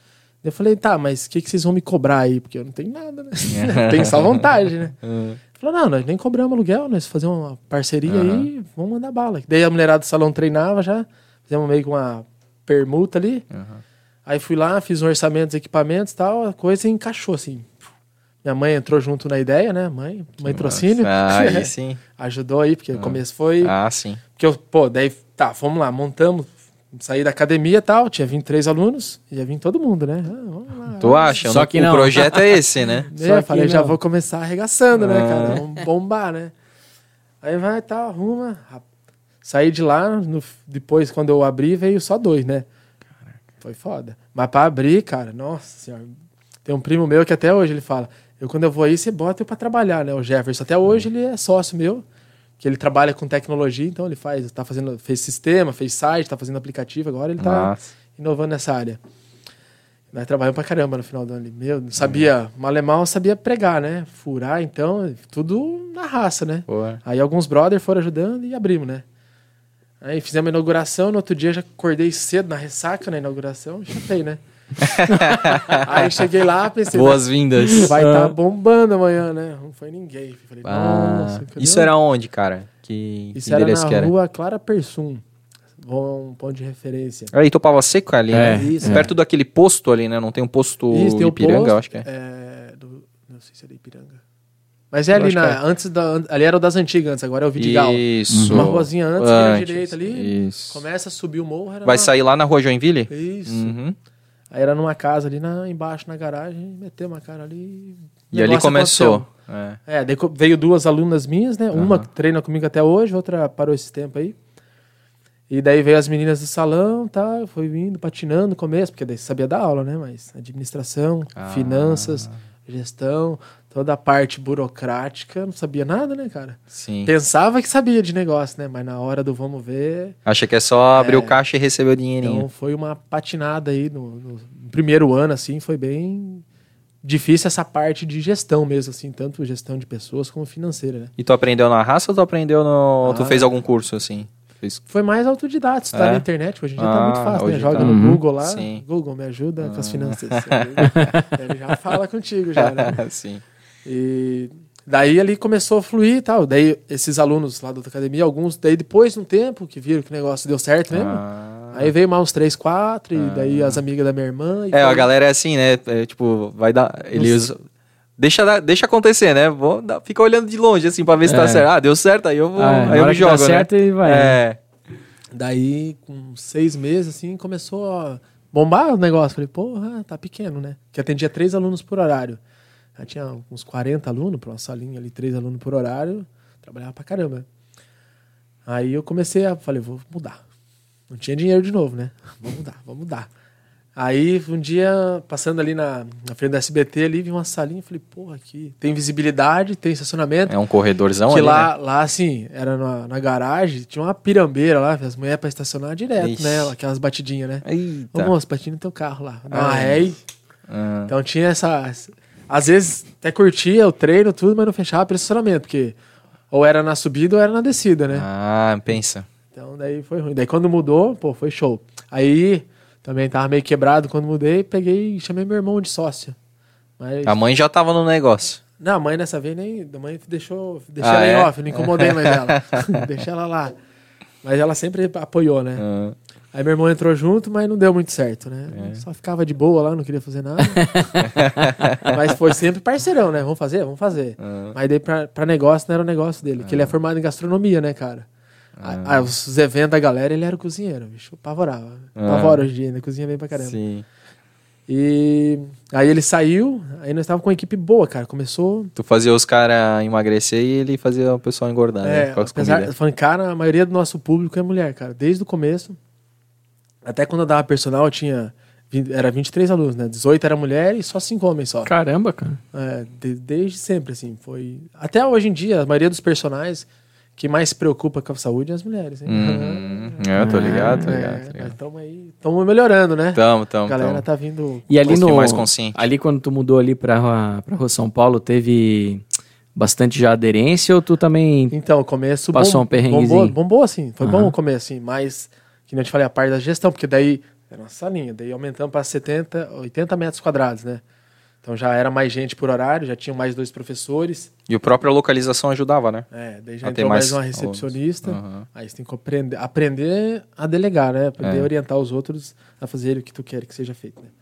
Eu falei, tá, mas o que, que vocês vão me cobrar aí? Porque eu não tenho nada, né? Tenho só vontade, né? Uhum. Ele falou, não, nós nem cobramos aluguel, nós fazer uma parceria Uhum. aí, vamos mandar bala. Daí a mulherada do salão treinava já, fizemos meio que uma permuta ali. Uhum. Aí fui lá, fiz um orçamento dos equipamentos e tal, a coisa encaixou assim. Minha mãe entrou junto na ideia, né? Mãe, mãe trocínio. Ah, aí sim. Ajudou aí, porque Ah. o começo foi... Ah, sim. Porque eu, pô, daí, tá, vamos lá, montamos, saí da academia e tal, tinha vinte e três alunos, ia vir todo mundo, né? Ah, vamos lá. Tu acha? Só Não- que o não. projeto é esse, né? Eu Só que falei, já não. vou começar arregaçando, né, Ah. cara? Vamos bombar, né? Aí vai, tá, arruma. Saí de lá, no- depois, quando eu abri, veio só dois, né? Foi foda. Mas pra abrir, cara, nossa senhora. Tem um primo meu que até hoje ele fala, eu quando eu vou aí, você bota eu pra trabalhar, né? O Jefferson. Até hoje ele é sócio meu, que ele trabalha com tecnologia, então ele faz, tá fazendo, fez sistema, fez site, tá fazendo aplicativo, agora ele tá Massa. inovando nessa área. Nós trabalhamos pra caramba no final do ano ali. Meu, não sabia, malemal sabia pregar, né? Furar, então, tudo na raça, né? Pô. Aí alguns brothers foram ajudando e abrimos, né? Aí fizemos a inauguração, no outro dia já acordei cedo na ressaca na inauguração, chapei, né? Aí cheguei lá, pensei, Boas-vindas. vai estar tá bombando amanhã, né? Não foi ninguém. Falei, Ah, nossa, cadê isso o- era onde, cara? Que, Isso que era endereço na que era? rua Clara Persum. Um ponto de referência. Aí, Topava Seco ali, É, né? isso, Perto daquele posto ali, né? Não tem um posto Isso, tem o Ipiranga, posto, eu acho que é. É, do, não sei se é da Ipiranga. Mas é Eu ali, acho na, que é. antes da, ali era o das antigas, antes, agora é o Vidigal. Isso. Uma ruazinha antes, vira à Antes, direita ali, Isso. começa a subir o morro. Era Vai na- sair lá na rua Joinville? Isso. Uhum. Aí era numa casa ali na, embaixo na garagem, meteu uma cara ali. E ali negócio começou. aconteceu. É. É, daí co- veio duas alunas minhas, né? Uma que treina comigo até hoje, outra parou esse tempo aí. E daí veio as meninas do salão, tá? Foi vindo, patinando no começo, porque daí sabia dar aula, né? Mas administração, Ah. finanças, gestão, toda a parte burocrática, não sabia nada, né, cara? Sim. Pensava que sabia de negócio, né? Mas na hora do vamos ver, Acha que é só abrir É. o caixa e receber o dinheirinho. então foi uma patinada aí no, no primeiro ano, assim, foi bem difícil essa parte de gestão mesmo, assim, tanto gestão de pessoas como financeira, né? E tu aprendeu na raça ou tu aprendeu no... Tu Ah. fez algum curso, assim? Fez... Foi mais autodidata, estudar É? na internet, hoje em dia Ah, tá muito fácil, né? hoje Joga tá. no Uhum. Google lá, Sim. Google, me ajuda com as Ah. finanças. Ele já fala contigo já, né? Sim. E daí ali começou a fluir e tal. Daí esses alunos lá da outra academia, alguns, daí depois de um tempo que viram que o negócio deu certo mesmo, Ah. aí veio mais uns três, quatro, e daí as amigas da minha irmã. E É, a foi- galera é assim, né? É, tipo, vai dar... Eles... Deixa, dar- deixa acontecer, né? Vou dar- fica olhando de longe, assim, pra ver se tá É. certo. Ah, deu certo, aí eu vou... Ah, aí na eu hora me que dá jogo, né? certo, ele vai, É. Daí, com seis meses, assim, começou a bombar o negócio. Falei, porra, tá pequeno, né? Que atendia três alunos por horário. Já tinha uns quarenta alunos, pra uma salinha ali, três alunos por horário. Trabalhava pra caramba. Aí eu comecei a... Falei, vou mudar. Não tinha dinheiro de novo, né? Vamos mudar, vamos mudar. Aí, um dia, passando ali na, na frente da S B T, ali, vi uma salinha. Falei, porra, aqui tem visibilidade, tem estacionamento. É um corredorzão Que ali, lá, né? lá, assim, era na, na garagem, tinha uma pirambeira lá, as mulheres pra estacionar direto, Ixi. né? Aquelas batidinhas, né? Eita. Ô, moço, batia no teu carro lá. Dá uma Ah. ré aí. Ah. Então tinha essa... Às vezes até curtia o treino, tudo, mas não fechava pelo estacionamento, porque ou era na subida ou era na descida, né? Ah, pensa. Então daí foi ruim. Daí quando mudou, pô, foi show. Aí também tava meio quebrado quando mudei, peguei e chamei meu irmão de sócio. Mas... A mãe já tava no negócio. Não, a mãe dessa vez nem. A mãe deixou. Deixei Ah, ela em é? off, não incomodei mais ela. Deixei ela lá. Mas ela sempre apoiou, né? Ah. Aí meu irmão entrou junto, mas não deu muito certo, né? É. Só ficava de boa lá, não queria fazer nada. Mas foi sempre parceirão, né? Vamos fazer? Vamos fazer. Ah. Mas daí pra, pra negócio não era o negócio dele, que ele é formado em gastronomia, né, cara? Ah, os eventos da galera, ele era o cozinheiro, bicho, apavorava. Ah. Apavora hoje em dia, ainda cozinha bem pra caramba. Sim. E aí ele saiu, aí nós estávamos com uma equipe boa, cara. Começou. Tu fazia os caras emagrecer e ele fazia o pessoal engordar, né? É, Com as apesar, comidas. falando, cara, a maioria do nosso público é mulher, cara. Desde o começo. Até quando eu dava personal, eu tinha. vinte Era vinte e três alunos, né? dezoito era mulher e só cinco homens só. Caramba, cara. É, de- desde sempre, assim. Foi. Até hoje em dia, a maioria dos personagens que mais se preocupa com a saúde é as mulheres, hein? Hum, é, tô ligado, tô É, ligado, tô nós ligado. estamos aí. Estamos melhorando, né? Tamo, tamo, a galera tamo. tá vindo. E ali Um pouquinho no mais consciente. ali quando tu mudou ali pra, pra Rua São Paulo, teve bastante já aderência ou tu também... Então, o começo Passou bom- um perrenguezinho. bombou, bombou assim, foi bom Aham. o começo assim, mas que nem eu te falei a parte da gestão, porque daí Era uma salinha. Daí aumentamos para setenta, oitenta metros quadrados, né? Então já era mais gente por horário, já tinham mais dois professores. E a própria localização ajudava, né? É, daí já A ter entrou mais mais uma recepcionista. Uhum. Aí você tem que aprender, aprender a delegar, né? Aprender É. a orientar os outros a fazer o que tu quer que seja feito, né?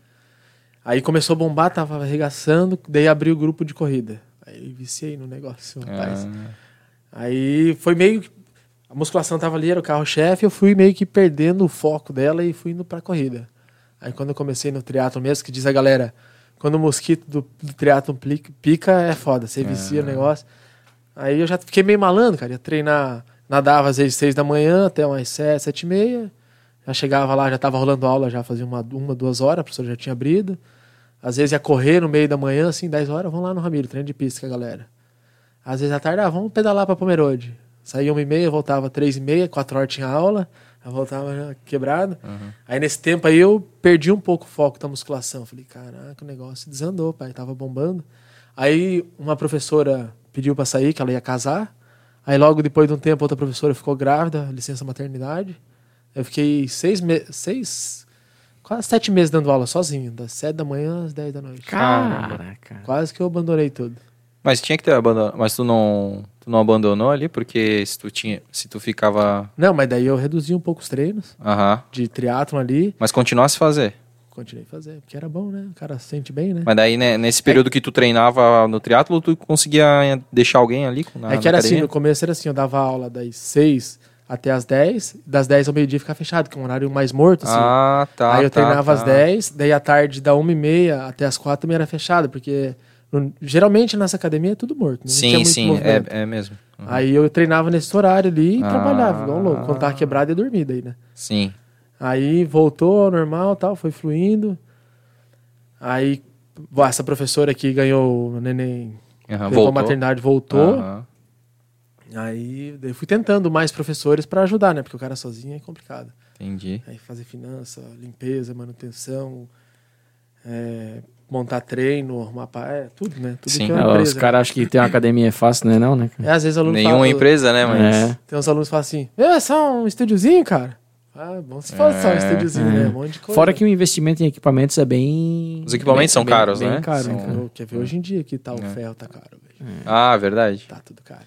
Aí começou a bombar, tava arregaçando, daí abriu o grupo de corrida. Aí viciei no negócio, rapaz. Ah. Aí foi meio que... A musculação tava ali, era o carro-chefe, eu fui meio que perdendo o foco dela e fui indo pra corrida. Aí quando eu comecei no triatlo mesmo, que diz a galera... Quando o mosquito do, do triatlon pica, é foda. Você vicia o negócio. Aí eu já fiquei meio malandro, cara. Ia treinar, nadava às vezes seis da manhã até umas sete, sete e meia. Já chegava lá, já tava rolando aula, já fazia uma, uma duas horas, a professora já tinha abrido. Às vezes ia correr no meio da manhã, assim, dez horas, vamos lá no Ramiro, treino de pista com a galera. Às vezes à tarde, ah, vamos pedalar pra Pomerode. Saía uma e meia, voltava três e meia, quatro horas tinha aula. Eu voltava já quebrado. Uhum. Aí nesse tempo aí eu perdi um pouco o foco da musculação. Falei, caraca, o negócio desandou, pai. Tava bombando. Aí uma professora pediu pra sair, que ela ia casar. Aí logo depois de um tempo, outra professora ficou grávida, licença maternidade. Eu fiquei seis meses, seis, quase sete meses dando aula sozinho. Das sete da manhã às dez da noite. Caraca. Quase que eu abandonei tudo. Mas tinha que ter abandonado. Mas tu não, tu não abandonou ali? Porque se tu, tinha, se tu ficava... Não, mas daí eu reduzi um pouco os treinos Aham. de triatlon ali. Mas continuasse a fazer. Continuei a fazer, porque era bom, né? O cara se sente bem, né? Mas daí, né, nesse período que tu treinava no triatlo, tu conseguia deixar alguém ali na, É que na era academia? assim, no começo era assim, eu dava aula das seis até as dez, das dez ao meio-dia ficava fechado, que é um horário mais morto, assim. Ah, tá, Aí eu tá, treinava tá. às dez, daí à tarde da uma e meia até as quatro também era fechado, porque no- geralmente nessa academia é tudo morto, não tinha Sim, muito sim, movimento. é, é mesmo. Uhum. Aí eu treinava nesse horário ali e Ah. trabalhava, igual um louco. Quando tava quebrado ia dormir daí, né? Sim. Aí voltou ao normal, tal, foi fluindo. Aí bom, essa professora aqui ganhou o neném, Uhum, levou a voltou. maternidade, voltou. Aham. Aí daí eu fui tentando mais professores para ajudar, né? Porque o cara sozinho é complicado. Entendi. Aí fazer finança, limpeza, manutenção, é, montar treino, arrumar pá, é, tudo, né? Tudo Sim. que é uma Ah, empresa, os caras acham que ter uma academia é fácil, não é não, né? né? É, às vezes aluno Nenhuma fala, empresa, né? Mas... É. Tem uns alunos que falam assim, é só um estúdiozinho, cara. Ah, bom se fosse só um É, estúdiozinho, é. né? Um monte de coisa. Fora que o investimento em equipamentos é bem... Os equipamentos bem- são bem- caros, bem né? caro, São- né, cara? Quer ver hoje em dia que tá, o É. ferro tá caro, velho. Ah, verdade. Tá tudo caro.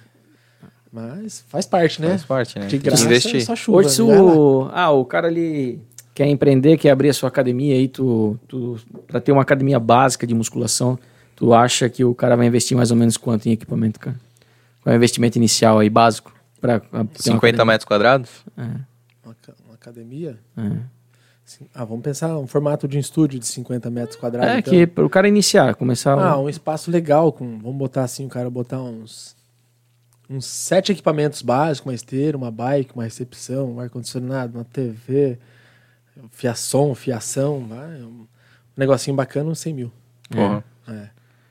Mas faz parte, né? Faz parte, né? De Tem que graça investir. é só chuva. Hoje se né? Vai lá. o... Ah, o cara ali quer empreender, quer abrir a sua academia aí, tu, tu, pra ter uma academia básica de musculação, tu acha que o cara vai investir mais ou menos quanto em equipamento, cara? Qual é o investimento inicial aí, básico? Pra, pra ter uma cinquenta academia? metros quadrados? É, Uma, ca- uma academia? é. Sim. Ah, vamos pensar um formato de um estúdio de cinquenta metros quadrados. É então. que para o cara iniciar, começar... Ah, um espaço legal, com, vamos botar assim, o cara botar uns, uns sete equipamentos básicos, uma esteira, uma bike, uma recepção, um ar-condicionado, uma T V, fiação, fiação, vai, um negocinho bacana, uns cem mil. Porra. É.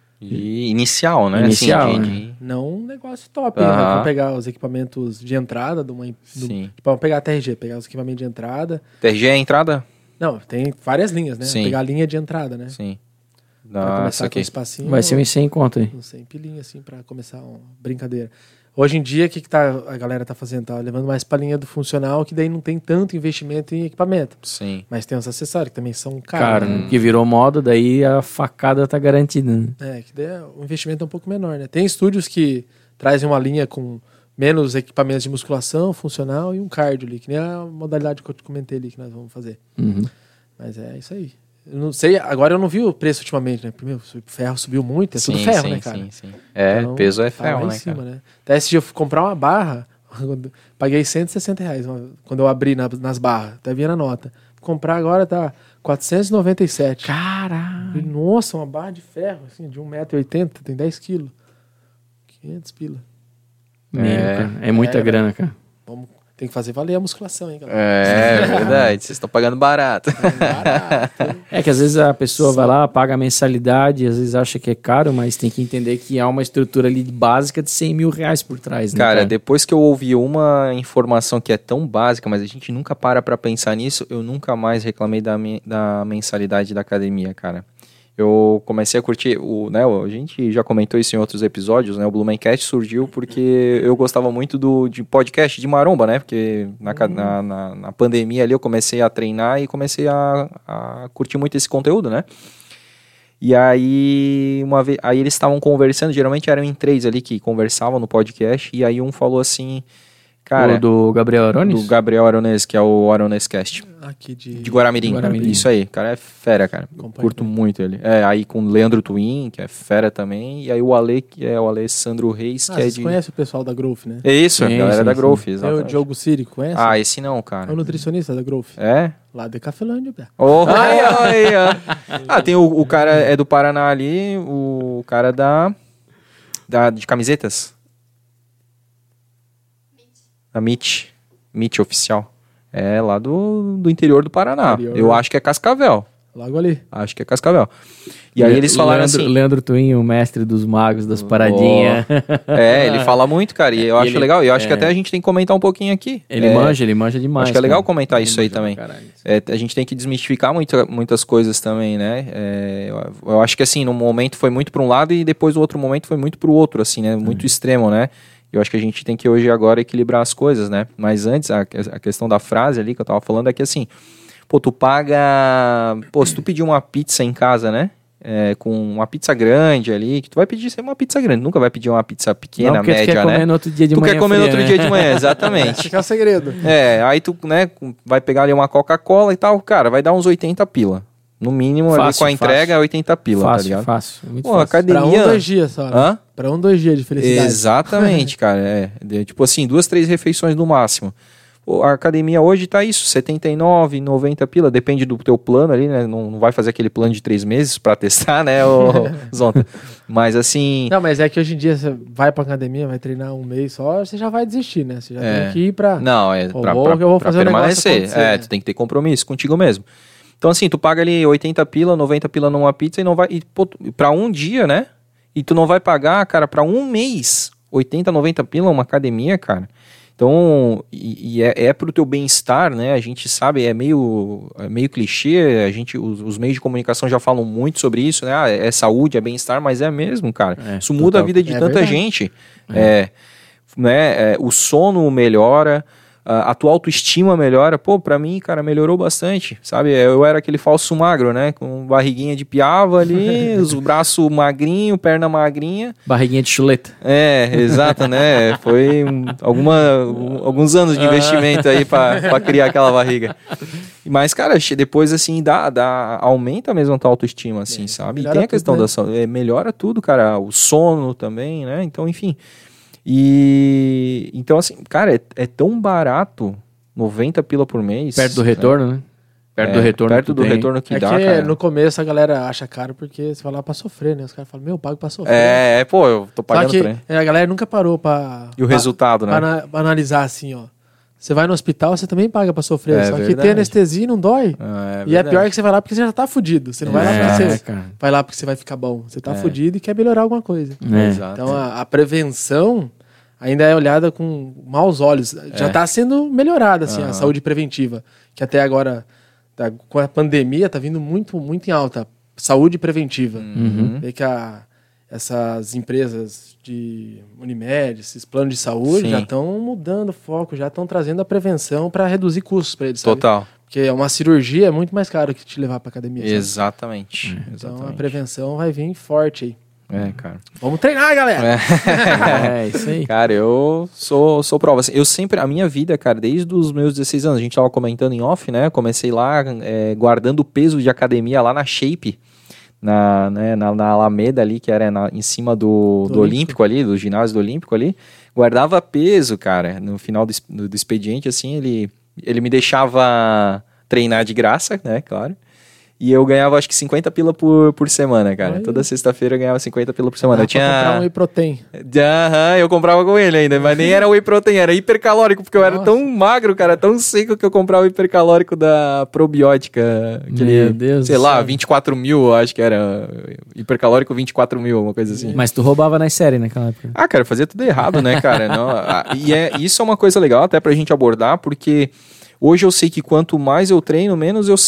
E inicial, né? Inicial, Assim, de- né? de- Não um negócio top, né? Aham. Vamos pegar os equipamentos de entrada de uma... Do, Sim. tipo, vamos pegar a T R G, pegar os equipamentos de entrada. T R G é a entrada? Não, tem várias linhas, né? Sim. Pegar a linha de entrada, né? Sim. Pra Nossa, começar com um aqui. espacinho. Vai ser uns cem conto aí. Não sei, pilinha assim pra começar uma brincadeira. Hoje em dia, o que, que tá, a galera tá fazendo? Tá levando mais pra linha do funcional, que daí não tem tanto investimento em equipamento. Sim. Mas tem os acessórios que também são caros. Cara, né? que virou moda, daí a facada tá garantida. Né? É, que daí o investimento é um pouco menor, né? Tem estúdios que trazem uma linha com menos equipamentos de musculação, funcional e um cardio ali, que nem a modalidade que eu te comentei ali que nós vamos fazer. Uhum. Mas é isso aí. Eu não sei, agora eu não vi o preço ultimamente, né? Primeiro, o ferro subiu muito, é tudo Sim, ferro, sim, né, cara? sim, sim. É, Então, peso é tá lá ferro, em né, cima, cara? né? Até esse dia eu fui comprar uma barra, paguei cento e sessenta reais uma- quando eu abri na- nas barras, até vinha na nota. Comprar agora tá quatrocentos e noventa e sete. Caralho. Falei, nossa, uma barra de ferro, assim, de um metro e oitenta, tem dez quilos. quinhentos pila. Meu, É. cara, é muita É, grana, cara. Vamos, tem que fazer valer a musculação, hein, galera? É, verdade. Vocês estão pagando barato. Barato. É que às vezes a pessoa vai lá, paga a mensalidade, às vezes acha que é caro, mas tem que entender que há uma estrutura ali básica de cem mil reais por trás, né, Cara, cara? depois que eu ouvi uma informação que é tão básica, mas a gente nunca para pra pensar nisso, eu nunca mais reclamei da, mi- da mensalidade da academia, cara. eu comecei a curtir, o, né, a gente já comentou isso em outros episódios, né, o Blumencast surgiu porque eu gostava muito do, de podcast de maromba, né, porque na, uhum. na, na, na pandemia ali eu comecei a treinar e comecei a, a curtir muito esse conteúdo, né. E aí, uma vez, aí eles estavam conversando, geralmente eram em três ali que conversavam no podcast, e aí um falou assim... Cara, o do Gabriel Arones? Do Gabriel Arones, que é o Aronescast. Aqui de... De Guaramirim. Guaramirim. Isso aí, cara, é fera, cara. Curto muito ele. É, aí com o Leandro Twin, que é fera também, e aí o Ale, que é o Alessandro Reis, ah, que é de... Você conhece o pessoal da Growth, né? É isso, a galera sim, da Growth, exatamente. É o Diogo Siri, conhece? Ah, esse não, cara. É o nutricionista da Growth. É? Lá de Cafelândia, Pé. Oh, ai, ai, ai. Ah, tem o, o cara, é do Paraná ali, o cara da... da de camisetas. A Mitch. Mitch Oficial. É lá do, do interior do Paraná. Interior. Eu acho que é Cascavel. Logo ali. Acho que é Cascavel. E aí eles falaram Leandro, assim... Leandro Twin, o mestre dos magos, das paradinhas. Oh. É, ele fala muito, cara. E eu acho ele, legal. E eu acho é... que até a gente tem que comentar um pouquinho aqui. Ele é, manja, ele manja demais. Acho que é legal cara. comentar ele isso aí também. É, a gente tem que desmistificar muito, muitas coisas também, né? É, eu, eu acho que assim, no momento foi muito para um lado e depois o outro momento foi muito para o outro, assim, né? Muito hum. extremo, né? Eu acho que a gente tem que hoje agora equilibrar as coisas, né? Mas antes, a, a questão da frase ali que eu tava falando é que assim, pô, tu paga... Pô, se tu pedir uma pizza em casa, né? É, com uma pizza grande ali, que tu vai pedir sempre uma pizza grande, nunca vai pedir uma pizza pequena, não, média, tu quer né? comer no outro dia de tu manhã quer comer fria, no outro né? dia de manhã, exatamente. Esse que é o segredo. É, aí tu, né, vai pegar ali uma Coca-Cola e tal, cara, vai dar uns oitenta pila. No mínimo, fácil, ali com a entrega, fácil. oitenta pila, fácil, tá ligado? Fácil, muito Pô, fácil. academia... Pra um, dois dias só, né? Hã? Pra um, dois dias de felicidade. Exatamente, cara. É, de, tipo assim, duas, três refeições no máximo. A academia hoje tá isso, setenta e nove, noventa pila, depende do teu plano ali, né? Não, não vai fazer aquele plano de três meses pra testar, né, ô, Zonta? Mas assim... Não, mas é que hoje em dia você vai pra academia, vai treinar um mês só, você já vai desistir, né? Você já é. tem que ir pra... Não, é Pô, pra, vou, pra, eu vou pra fazer permanecer. Um é, né? tu tem que ter compromisso contigo mesmo. Então assim, tu paga ali oitenta pila, noventa pila numa pizza e não vai... E, pô, pra um dia, né? E tu não vai pagar, cara, pra um mês, oitenta, noventa pila uma academia, cara. Então, e, e é, é pro teu bem-estar, né? A gente sabe, é meio, é meio clichê, a gente, os, os meios de comunicação já falam muito sobre isso, né? Ah, é saúde, é bem-estar, mas é mesmo, cara. É, isso muda total. A vida de é tanta verdade. gente. É. É, né? É, o sono melhora, a tua autoestima melhora. Pô, pra mim, cara, melhorou bastante, sabe? Eu era aquele falso magro, né? Com barriguinha de piava ali, os braços magrinho, perna magrinha. Barriguinha de chuleta. É, exato, né? Foi um, alguma, um, alguns anos de investimento aí pra, pra criar aquela barriga. Mas, cara, depois, assim, dá, dá, aumenta mesmo a tua autoestima, assim, é, sabe? E tem a questão tudo, da saúde, é, melhora tudo, cara. O sono também, né? Então, enfim... E então assim, cara, é, é tão barato, noventa pila por mês. Perto do retorno, né? né? Perto é, do retorno Perto do tem. retorno que é dá, que cara. No começo a galera acha caro porque você vai lá pra sofrer, né? Os caras falam, meu, eu pago pra sofrer. É, é pô, eu tô pagando Só que pra é, a galera nunca parou pra... E o pra, resultado, pra, né? Pra, pra analisar assim, ó. Você vai no hospital, você também paga pra sofrer. É só verdade. que tem anestesia não dói. Ah, é e é pior que você vai lá porque você já tá fudido. Você não vai é, lá porque você cara. vai lá porque você vai ficar bom. Você tá é. fudido e quer melhorar alguma coisa. É. Exato. Então a, a prevenção ainda é olhada com maus olhos. Já está sendo melhorada assim, uhum. a saúde preventiva, que até agora, tá, com a pandemia, está vindo muito, muito em alta. Saúde preventiva. Uhum. Vê que a, essas empresas de Unimed, esses planos de saúde, Sim. já estão mudando o foco, já estão trazendo a prevenção para reduzir custos para eles. Total. Sabe? Porque uma cirurgia é muito mais caro que te levar para academia. Sabe? Exatamente. Então Exatamente. a prevenção vai vir forte aí. É, cara. Vamos treinar, galera! É, é isso aí. Cara, eu sou, sou prova. Assim, eu sempre, a minha vida, cara, desde os meus dezesseis anos, a gente tava comentando em off, né? Comecei lá é, guardando peso de academia lá na Shape, na, né, na, na Alameda ali, que era na, em cima do, do, do Olímpico ali, do ginásio do Olímpico ali. Guardava peso, cara. No final do, do, do expediente, assim, ele, ele me deixava treinar de graça, né? Claro. E eu ganhava acho que cinquenta pila por, por semana, cara. Ai. Toda sexta-feira eu ganhava cinquenta pila por semana. Ah, eu tinha comprar um whey protein. Aham, eu comprava com ele ainda, mas nem era whey protein, era hipercalórico, porque eu Nossa. era tão magro, cara, tão seco que eu comprava o hipercalórico da probiótica. Aquele, Meu Deus. sei lá, vinte e quatro mil, acho que era. Hipercalórico vinte e quatro mil, uma coisa assim. Mas tu roubava nas séries naquela época. Ah, cara, eu fazia tudo errado, né, cara? Não, e é, isso é uma coisa legal até pra gente abordar, porque hoje eu sei que quanto mais eu treino, menos eu sei.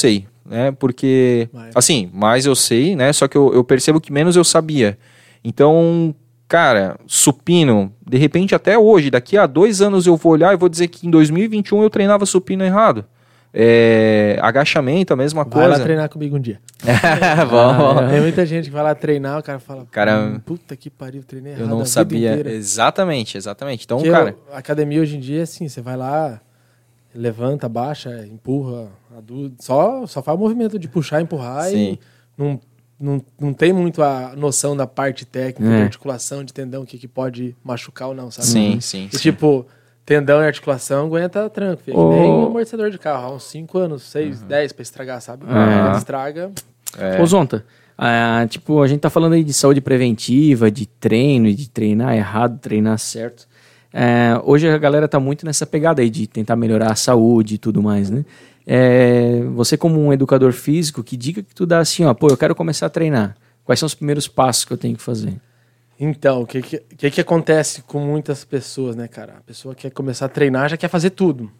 né? Porque, Vai. assim, mais eu sei, né? Só que eu, eu percebo que menos eu sabia. Então, cara, supino, de repente até hoje, daqui a dois anos eu vou olhar e vou dizer que em dois mil e vinte e um eu treinava supino errado. É, agachamento, a mesma Vai coisa. lá treinar comigo um dia. Vamos. Tem muita gente que vai lá treinar, o cara fala, Cara, hum, puta que pariu, treinei errado Eu a não vida sabia. inteira. Exatamente, exatamente. Então, Porque cara. a academia hoje em dia é assim, você vai lá, levanta, baixa, empurra, adulto, só, só faz o movimento de puxar, empurrar Sim. e não, não, não tem muito a noção da parte técnica, É. de articulação, de tendão, o que, que pode machucar ou não, sabe? Sim, sim. E sim. tipo, tendão e articulação aguenta tranco, filho. É Ô. que nem um amortecedor de carro, há uns cinco anos, seis, dez pra estragar, sabe? Aham. Quando estraga, É. Ô, Zonta, ah, tipo, a gente tá falando aí de saúde preventiva, de treino, e de treinar errado, treinar certo. É, hoje a galera tá muito nessa pegada aí de tentar melhorar a saúde e tudo mais, né? É, você como um educador físico, que dica que tu dá assim, ó, pô, eu quero começar a treinar. Quais são os primeiros passos que eu tenho que fazer? Então, o que que, que que acontece com muitas pessoas, né, cara? A pessoa quer começar a treinar, já quer fazer tudo.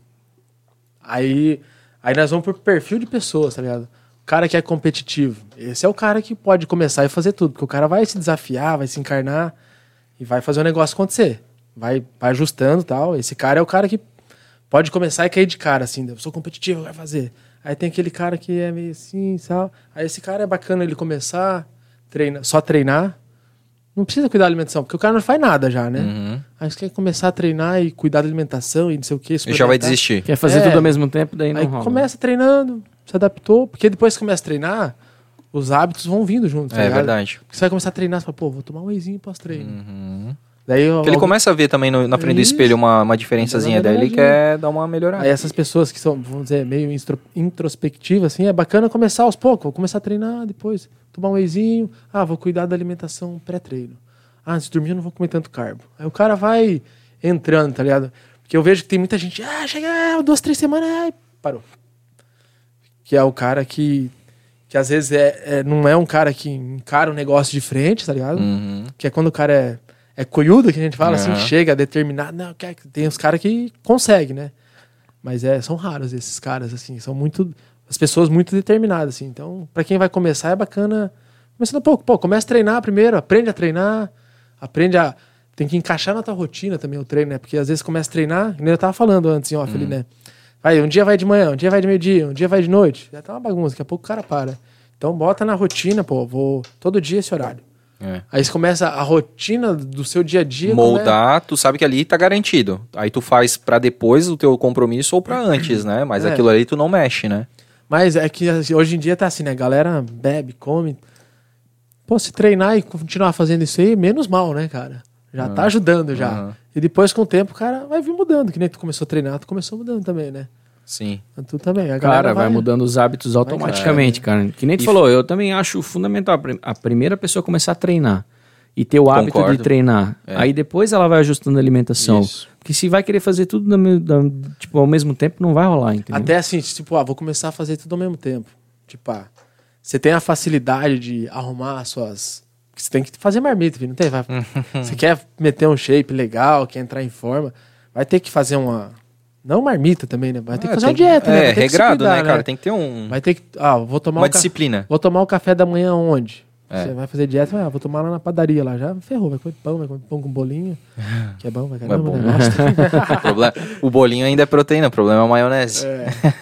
Aí, aí nós vamos pro perfil de pessoas, tá ligado? O cara que é competitivo, esse é o cara que pode começar e fazer tudo, porque o cara vai se desafiar, vai se encarnar e vai fazer o negócio acontecer. Vai, vai ajustando e tal. Esse cara é o cara que pode começar e cair de cara, assim, eu sou competitivo, vai fazer. Aí tem aquele cara que é meio assim, tal. Aí esse cara é bacana ele começar, treina, só treinar. Não precisa cuidar da alimentação, porque o cara não faz nada já, né? Uhum. Aí você quer começar a treinar e cuidar da alimentação e não sei o que. Ele já vai desistir. Quer fazer É. tudo ao mesmo tempo, daí não Aí rola. começa treinando, se adaptou, porque depois que começa a treinar, os hábitos vão vindo juntos. tá É ligado? verdade. Porque você vai começar a treinar, você fala, pô, vou tomar um wheyzinho pós-treino. Uhum. Daí eu, Porque ele começa a ver também no- na frente do Isso. espelho uma, uma diferençazinha, Dá uma daí ele melhoradinha. quer dar uma melhorada. Aí essas pessoas que são, vamos dizer, meio instro- introspectivas, assim, é bacana começar aos poucos. Vou começar a treinar, depois tomar um wheyzinho. Ah, vou cuidar da alimentação pré-treino. Ah, antes de dormir eu não vou comer tanto carbo. Aí o cara vai entrando, tá ligado? Porque eu vejo que tem muita gente, ah, chega duas, três semanas, ai, parou. Que é o cara que, que às vezes é, é- não é um cara que encara o negócio de frente, tá ligado? Uhum. Que é quando o cara é, é coiudo, que a gente fala assim, Aham. chega determinado. Não, quer- tem os caras que conseguem, né? Mas é, são raros esses caras, assim, são muito. As pessoas muito determinadas, assim. Então, pra quem vai começar, é bacana. Começando um pouco, pô, começa a treinar primeiro, aprende a treinar, aprende a. Tem que encaixar na tua rotina também o treino, né? Porque às vezes começa a treinar, que nem eu tava falando antes em off ali, né? Vai, um dia vai de manhã, um dia vai de meio-dia, um dia vai de noite. Já tá uma bagunça, daqui a pouco o cara para. Então bota na rotina, pô, vou todo dia esse horário. É. Aí você começa a rotina do seu dia a dia. Moldar, tu sabe que ali tá garantido. Aí tu faz pra depois o teu compromisso ou pra antes, né? Mas É. aquilo ali tu não mexe, né? Mas é que assim, hoje em dia tá assim, né? A galera bebe, come. Pô, se treinar e continuar fazendo isso aí, menos mal, né, cara? Já tá ajudando já. Aham. E depois, com o tempo, o cara vai vir mudando. Que nem tu começou a treinar, tu começou mudando também, né? Sim. Tu também. A Cara, galera vai mudando os hábitos automaticamente, cara. Que nem tu E- falou, eu também acho fundamental a prim- a primeira pessoa começar a treinar e ter o hábito Concordo. de treinar. É. Aí depois ela vai ajustando a alimentação. Isso. Porque se vai querer fazer tudo da me- da- tipo, ao mesmo tempo, não vai rolar, entendeu? Até assim, tipo, ah, vou começar a fazer tudo ao mesmo tempo. Tipo, ah, você tem a facilidade de arrumar as suas... Porque você tem que fazer marmita, filho, não tem? Vai- você quer meter um shape legal, quer entrar em forma, vai ter que fazer uma... Não marmita também, né? Vai ter que É, fazer tem uma dieta, né? É, Vai ter que se regrado, cuidar, né, cara? Tem que ter um, Vai ter que... Ah, vou tomar uma um ca- disciplina. Vou tomar o café da manhã onde? É. Você vai fazer dieta, ah, vou tomar lá na padaria lá. Já ferrou, vai comer pão, vai comer pão com bolinho. Que é bom, vai caramba, bom. né? Gosto. O, problema- o bolinho ainda é proteína, o problema é a maionese. É.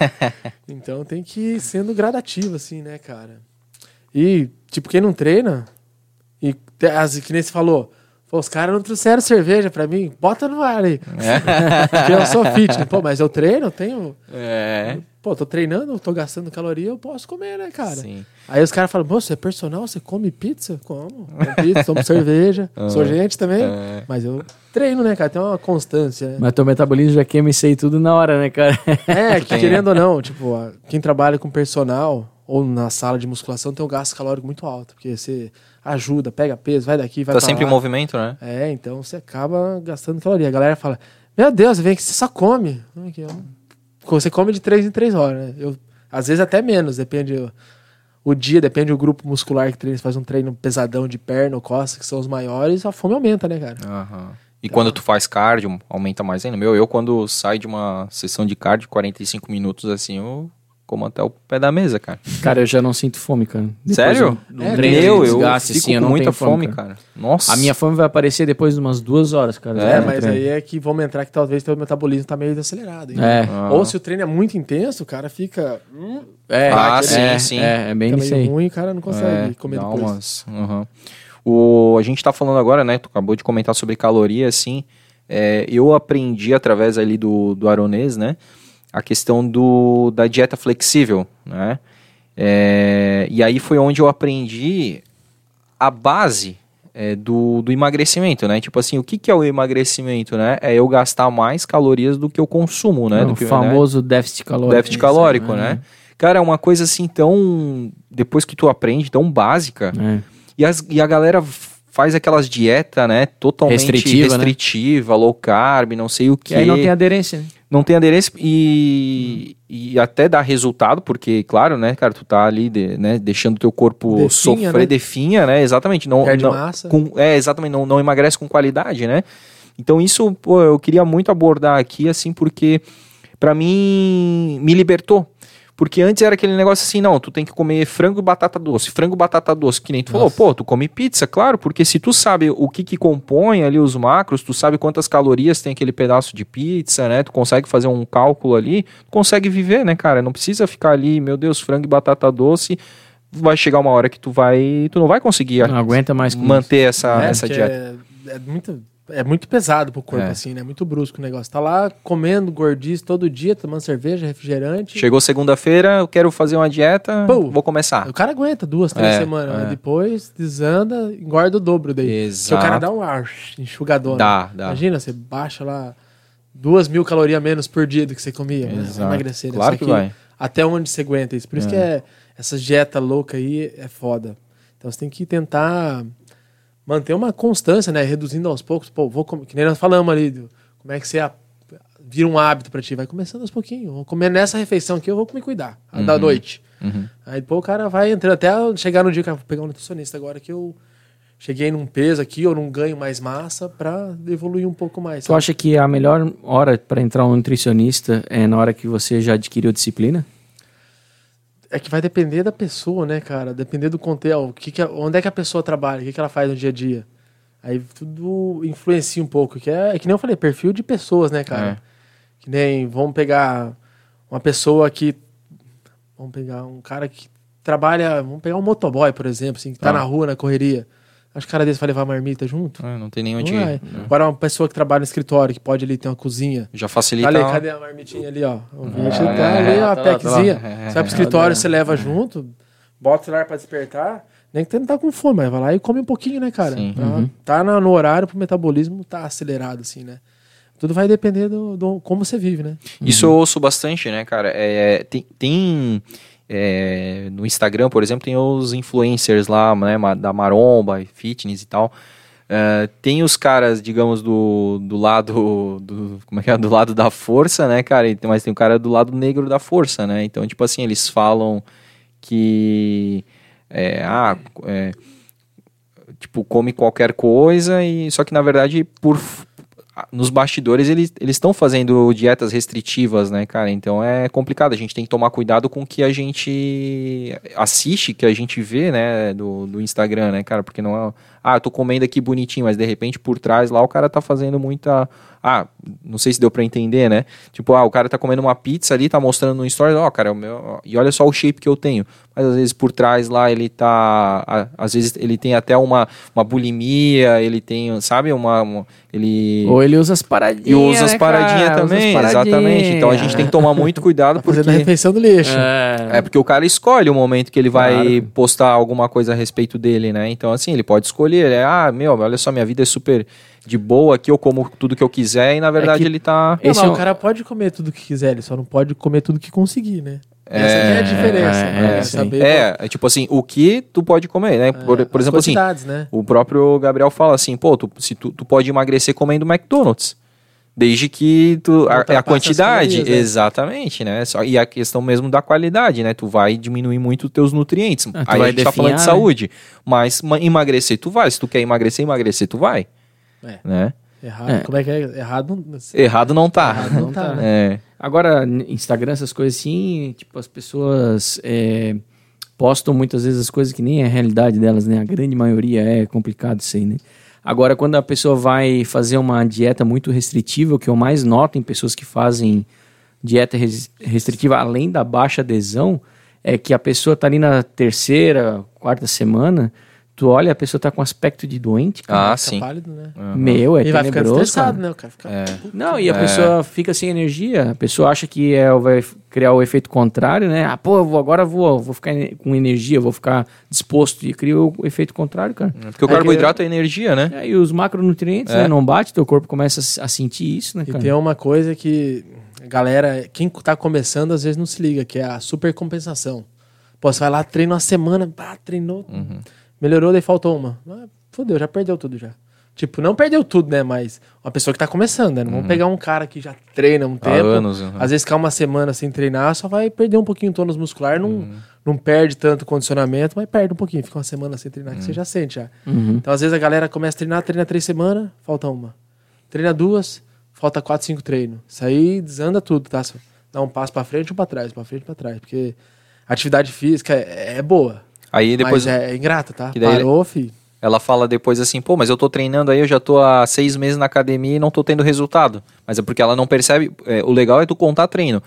Então tem que ir sendo gradativo, assim, né, cara? E, tipo, quem não treina, e te- as, que nem você falou, pô, os caras não trouxeram cerveja pra mim, bota no ar aí. Porque eu sou fitness. Pô, mas eu treino, eu tenho. É. Pô, tô treinando, eu tô gastando caloria, eu posso comer, né, cara? Sim. Aí os caras falam, moço, você é personal, você come pizza? Como? Como pizza, tomo cerveja. Sou gente também. É. Mas eu treino, né, cara? Tem uma constância, né? Mas teu metabolismo já queima isso aí tudo na hora, né, cara? É, que Tem, querendo ou não, tipo, a- quem trabalha com personal ou na sala de musculação tem um gasto calórico muito alto, porque você ajuda, pega peso, vai daqui, vai Tá pra sempre em lá. movimento, né? É, então você acaba gastando caloria. A galera fala, meu Deus, vem que você só come. Aqui, ó. Você come de três em três horas, né? Eu, às vezes até menos, depende o, o dia, depende do grupo muscular que treina. Você faz um treino pesadão de perna ou costas, que são os maiores, a fome aumenta, né, cara? Aham. E quando tu faz cardio, aumenta mais ainda. Meu, eu quando saio de uma sessão de cardio, quarenta e cinco minutos, assim, eu como até o pé da mesa, cara. Cara, eu já não sinto fome, cara. Depois Sério? do- do É, treino, Meu, do eu desgaste, fico assim, eu com não muita tenho fome, cara. Nossa. A minha fome vai aparecer depois de umas duas horas, cara. É, do mas treino. aí é que vamos entrar que talvez teu metabolismo tá meio acelerado. hein? É. Ah. Ou se o treino é muito intenso, o cara fica... Hum, É, Ah, é, sim, é, sim. É, é bem fica isso meio aí. ruim e o cara não consegue É, comer dá depois. umas- uhum. O, a gente tá falando agora, né? Tu acabou de comentar sobre caloria, assim. É, eu aprendi através ali do, do Aronês, né? A questão do, da dieta flexível, né? É, e aí foi onde eu aprendi a base é, do, do emagrecimento, né? Tipo assim, o que, que é o emagrecimento, né? É eu gastar mais calorias do que eu consumo, né? É, do o que, famoso déficit calórico. déficit calórico, né? Cara, é uma coisa assim tão... Depois que tu aprende, tão básica. É. E, as, e a galera faz aquelas dietas, né? Totalmente Restritiva, restritiva, low carb, não sei o Que que. aí não tem aderência, né? Não tem aderência e, e até dá resultado, porque, claro, né, cara, tu tá ali, de- né, deixando teu corpo Definha, sofrer, né? definha, né? Exatamente. Não, Perde não, massa. Com, é, exatamente, não, não emagrece com qualidade, né? Então isso, pô, eu queria muito abordar aqui, assim, porque pra mim me libertou. Porque antes era aquele negócio assim, não, tu tem que comer frango e batata doce, frango e batata doce, que nem tu falou, pô, tu come pizza, claro, porque se tu sabe o que que compõe ali os macros, tu sabe quantas calorias tem aquele pedaço de pizza, né, tu consegue fazer um cálculo ali, tu consegue viver, né, cara, não precisa ficar ali, meu Deus, frango e batata doce, vai chegar uma hora que tu vai, tu não vai conseguir Não aguenta mais com manter essa, É, essa porque dieta. É, é muito, é muito pesado pro corpo, É. assim, né? Muito brusco o negócio. Tá lá comendo gordice todo dia, tomando cerveja, refrigerante. Chegou segunda-feira, eu quero fazer uma dieta, Pô. vou começar. O cara aguenta duas, três É, semanas. é. Mas depois desanda, engorda o dobro daí. Exato. Porque o cara dá um ar, enxugadona. Dá, dá. Imagina, você baixa lá duas mil calorias a menos por dia do que você comia. Né? Exato. Vai emagrecer. Né? Claro Só que vai. Até onde você aguenta isso. Por isso que é, essa dieta louca aí é foda. Então você tem que tentar manter uma constância, né? Reduzindo aos poucos. Pô, vou comer, que nem nós falamos ali, do, como é que você a- vira um hábito pra ti. Vai começando aos pouquinhos. Vou comer nessa refeição aqui, eu vou me cuidar. A da Uhum. noite. Uhum. Aí depois o cara vai entrando até chegar no dia que eu vou pegar um nutricionista agora que eu cheguei num peso aqui ou num ganho mais massa pra evoluir um pouco mais. Tu sabe? acha que a melhor hora para entrar um nutricionista é na hora que você já adquiriu disciplina? É que vai depender da pessoa, né, cara? Depender do conteúdo. O que que a- onde é que a pessoa trabalha? O que, que ela faz no dia a dia? Aí tudo influencia um pouco. Que é, é que nem eu falei, perfil de pessoas, né, cara? É. Que nem, vamos pegar uma pessoa que... Vamos pegar um cara que trabalha... Vamos pegar um motoboy, por exemplo, assim, que tá Ah. na rua, na correria. Acho que o cara desse vai levar a marmita junto. Ah, não tem nem Não onde vai. ir. Agora uma pessoa que trabalha no escritório, que pode ali ter uma cozinha. Já facilita. Ali, cadê a marmitinha ali, ó? O bicho tá é, ali, ó, a tá lá, tá lá. packzinha. Você vai pro escritório, você leva junto, bota o celular pra despertar. Nem que você não tá com fome, mas vai lá e come um pouquinho, né, cara? Sim. Pra- Tá na- no horário pro metabolismo tá acelerado, assim, né? Tudo vai depender do, do como você vive, né? Isso eu ouço bastante, né, cara? É, tem tem, é, no Instagram, por exemplo, tem os influencers lá, né, ma- da maromba, e fitness e tal. É, tem os caras, digamos, do, do lado do, como é que é? Do lado da força, né, cara? E tem- Mas tem o cara do lado negro da força, né? Então, tipo assim, eles falam que é, ah, é, tipo, come qualquer coisa e só que na verdade por nos bastidores eles estão fazendo dietas restritivas, né, cara? Então é complicado, a gente tem que tomar cuidado com o que a gente assiste, que a gente vê, né, do, do Instagram, né, cara? Porque não é, ah, eu tô comendo aqui bonitinho, mas de repente por trás lá o cara tá fazendo muita, ah, não sei se deu pra entender, né? Tipo, ah, o cara tá comendo uma pizza ali, tá mostrando no story, ó, cara, o meu, ó, e olha só o shape que eu tenho. Mas às vezes por trás lá ele tá, ah, às vezes ele tem até uma, uma bulimia, ele tem, sabe, uma, uma ele... Ou ele usa as paradinhas, E usa as né, paradinhas cara? Usa as também, paradinhas. exatamente. Então a gente tem que tomar muito cuidado porque Fazendo a refeição do lixo. É, é porque o cara escolhe o momento que ele vai Claro. postar alguma coisa a respeito dele, né? Então assim, ele pode escolher, é, ah, meu, olha só, minha vida é super de boa aqui, eu como tudo que eu quiser e na verdade que ele tá Não, Esse mas é um- o cara pode comer tudo que quiser, ele só não pode comer tudo que conseguir, né? É, Essa que é a diferença. é, né? é, sim. Saber é, é tipo assim, o que tu pode comer, né? Por, por as exemplo assim, quantidades, né? o próprio Gabriel fala assim, pô, tu, se tu, tu pode emagrecer comendo McDonald's. Desde que tu, a, Ultrapassa a quantidade, as calorias, né? exatamente, né? Só, e a questão mesmo da qualidade, né? Tu vai diminuir muito os teus nutrientes. Ah, tu Aí vai a gente tá definhar, falando de né? saúde. Mas ma- emagrecer, tu vai. Se tu quer emagrecer, emagrecer, tu vai. É. Né? Errado. É. Como é que é? Errado não. Errado não tá. Errado não tá, né? É. Agora, Instagram, essas coisas assim, tipo, as pessoas é, postam muitas vezes as coisas que nem é a realidade delas, né? A grande maioria é complicado isso aí, né? Agora, quando a pessoa vai fazer uma dieta muito restritiva, o que eu mais noto em pessoas que fazem dieta res- restritiva, além da baixa adesão, é que a pessoa tá ali na terceira, quarta semana, tu olha, a pessoa tá com aspecto de doente, cara. Ah, Fica sim. pálido, né? Uhum. Meu, é E vai ficando tenebroso, estressado, cara. né? O cara fica... É. Não, e a É. pessoa fica sem energia, a pessoa acha que é, vai criar o efeito contrário, né? Ah, pô, eu vou, agora eu vou, vou ficar com energia, vou ficar disposto, e cria o efeito contrário, cara. Porque o É que- carboidrato é energia, né? É, e os macronutrientes, É. né, não bate, teu corpo começa a, s- a sentir isso, né, E cara? tem uma coisa que a galera, quem tá começando, às vezes não se liga, que é a supercompensação. Pô, você vai lá, treina uma semana, pá, treinou, Uhum. melhorou, daí faltou uma. Ah, fodeu, já perdeu tudo já. Tipo, não perdeu tudo, né? Mas uma pessoa que tá começando, né? Não vamos pegar um cara que já treina um Há tempo. anos, uhum. Às vezes ficar uma semana sem treinar, só vai perder um pouquinho o tônus muscular, não, não perde tanto condicionamento, mas perde um pouquinho. Fica uma semana sem treinar, que você já sente já. Uhum. Então, às vezes, a galera começa a treinar, treina três semanas, falta uma. Treina duas, falta quatro, cinco treinos. Isso aí desanda tudo, tá? Só dá um passo pra frente ou pra trás, pra frente ou pra trás. Porque a atividade física é, é boa, Aí depois mas é, é ingrata, tá? Que daí- Parou, fi. ela fala depois assim, pô, mas eu tô treinando aí, eu já tô há seis meses na academia e não tô tendo resultado. Mas é porque ela não percebe, é, o legal é tu contar treino.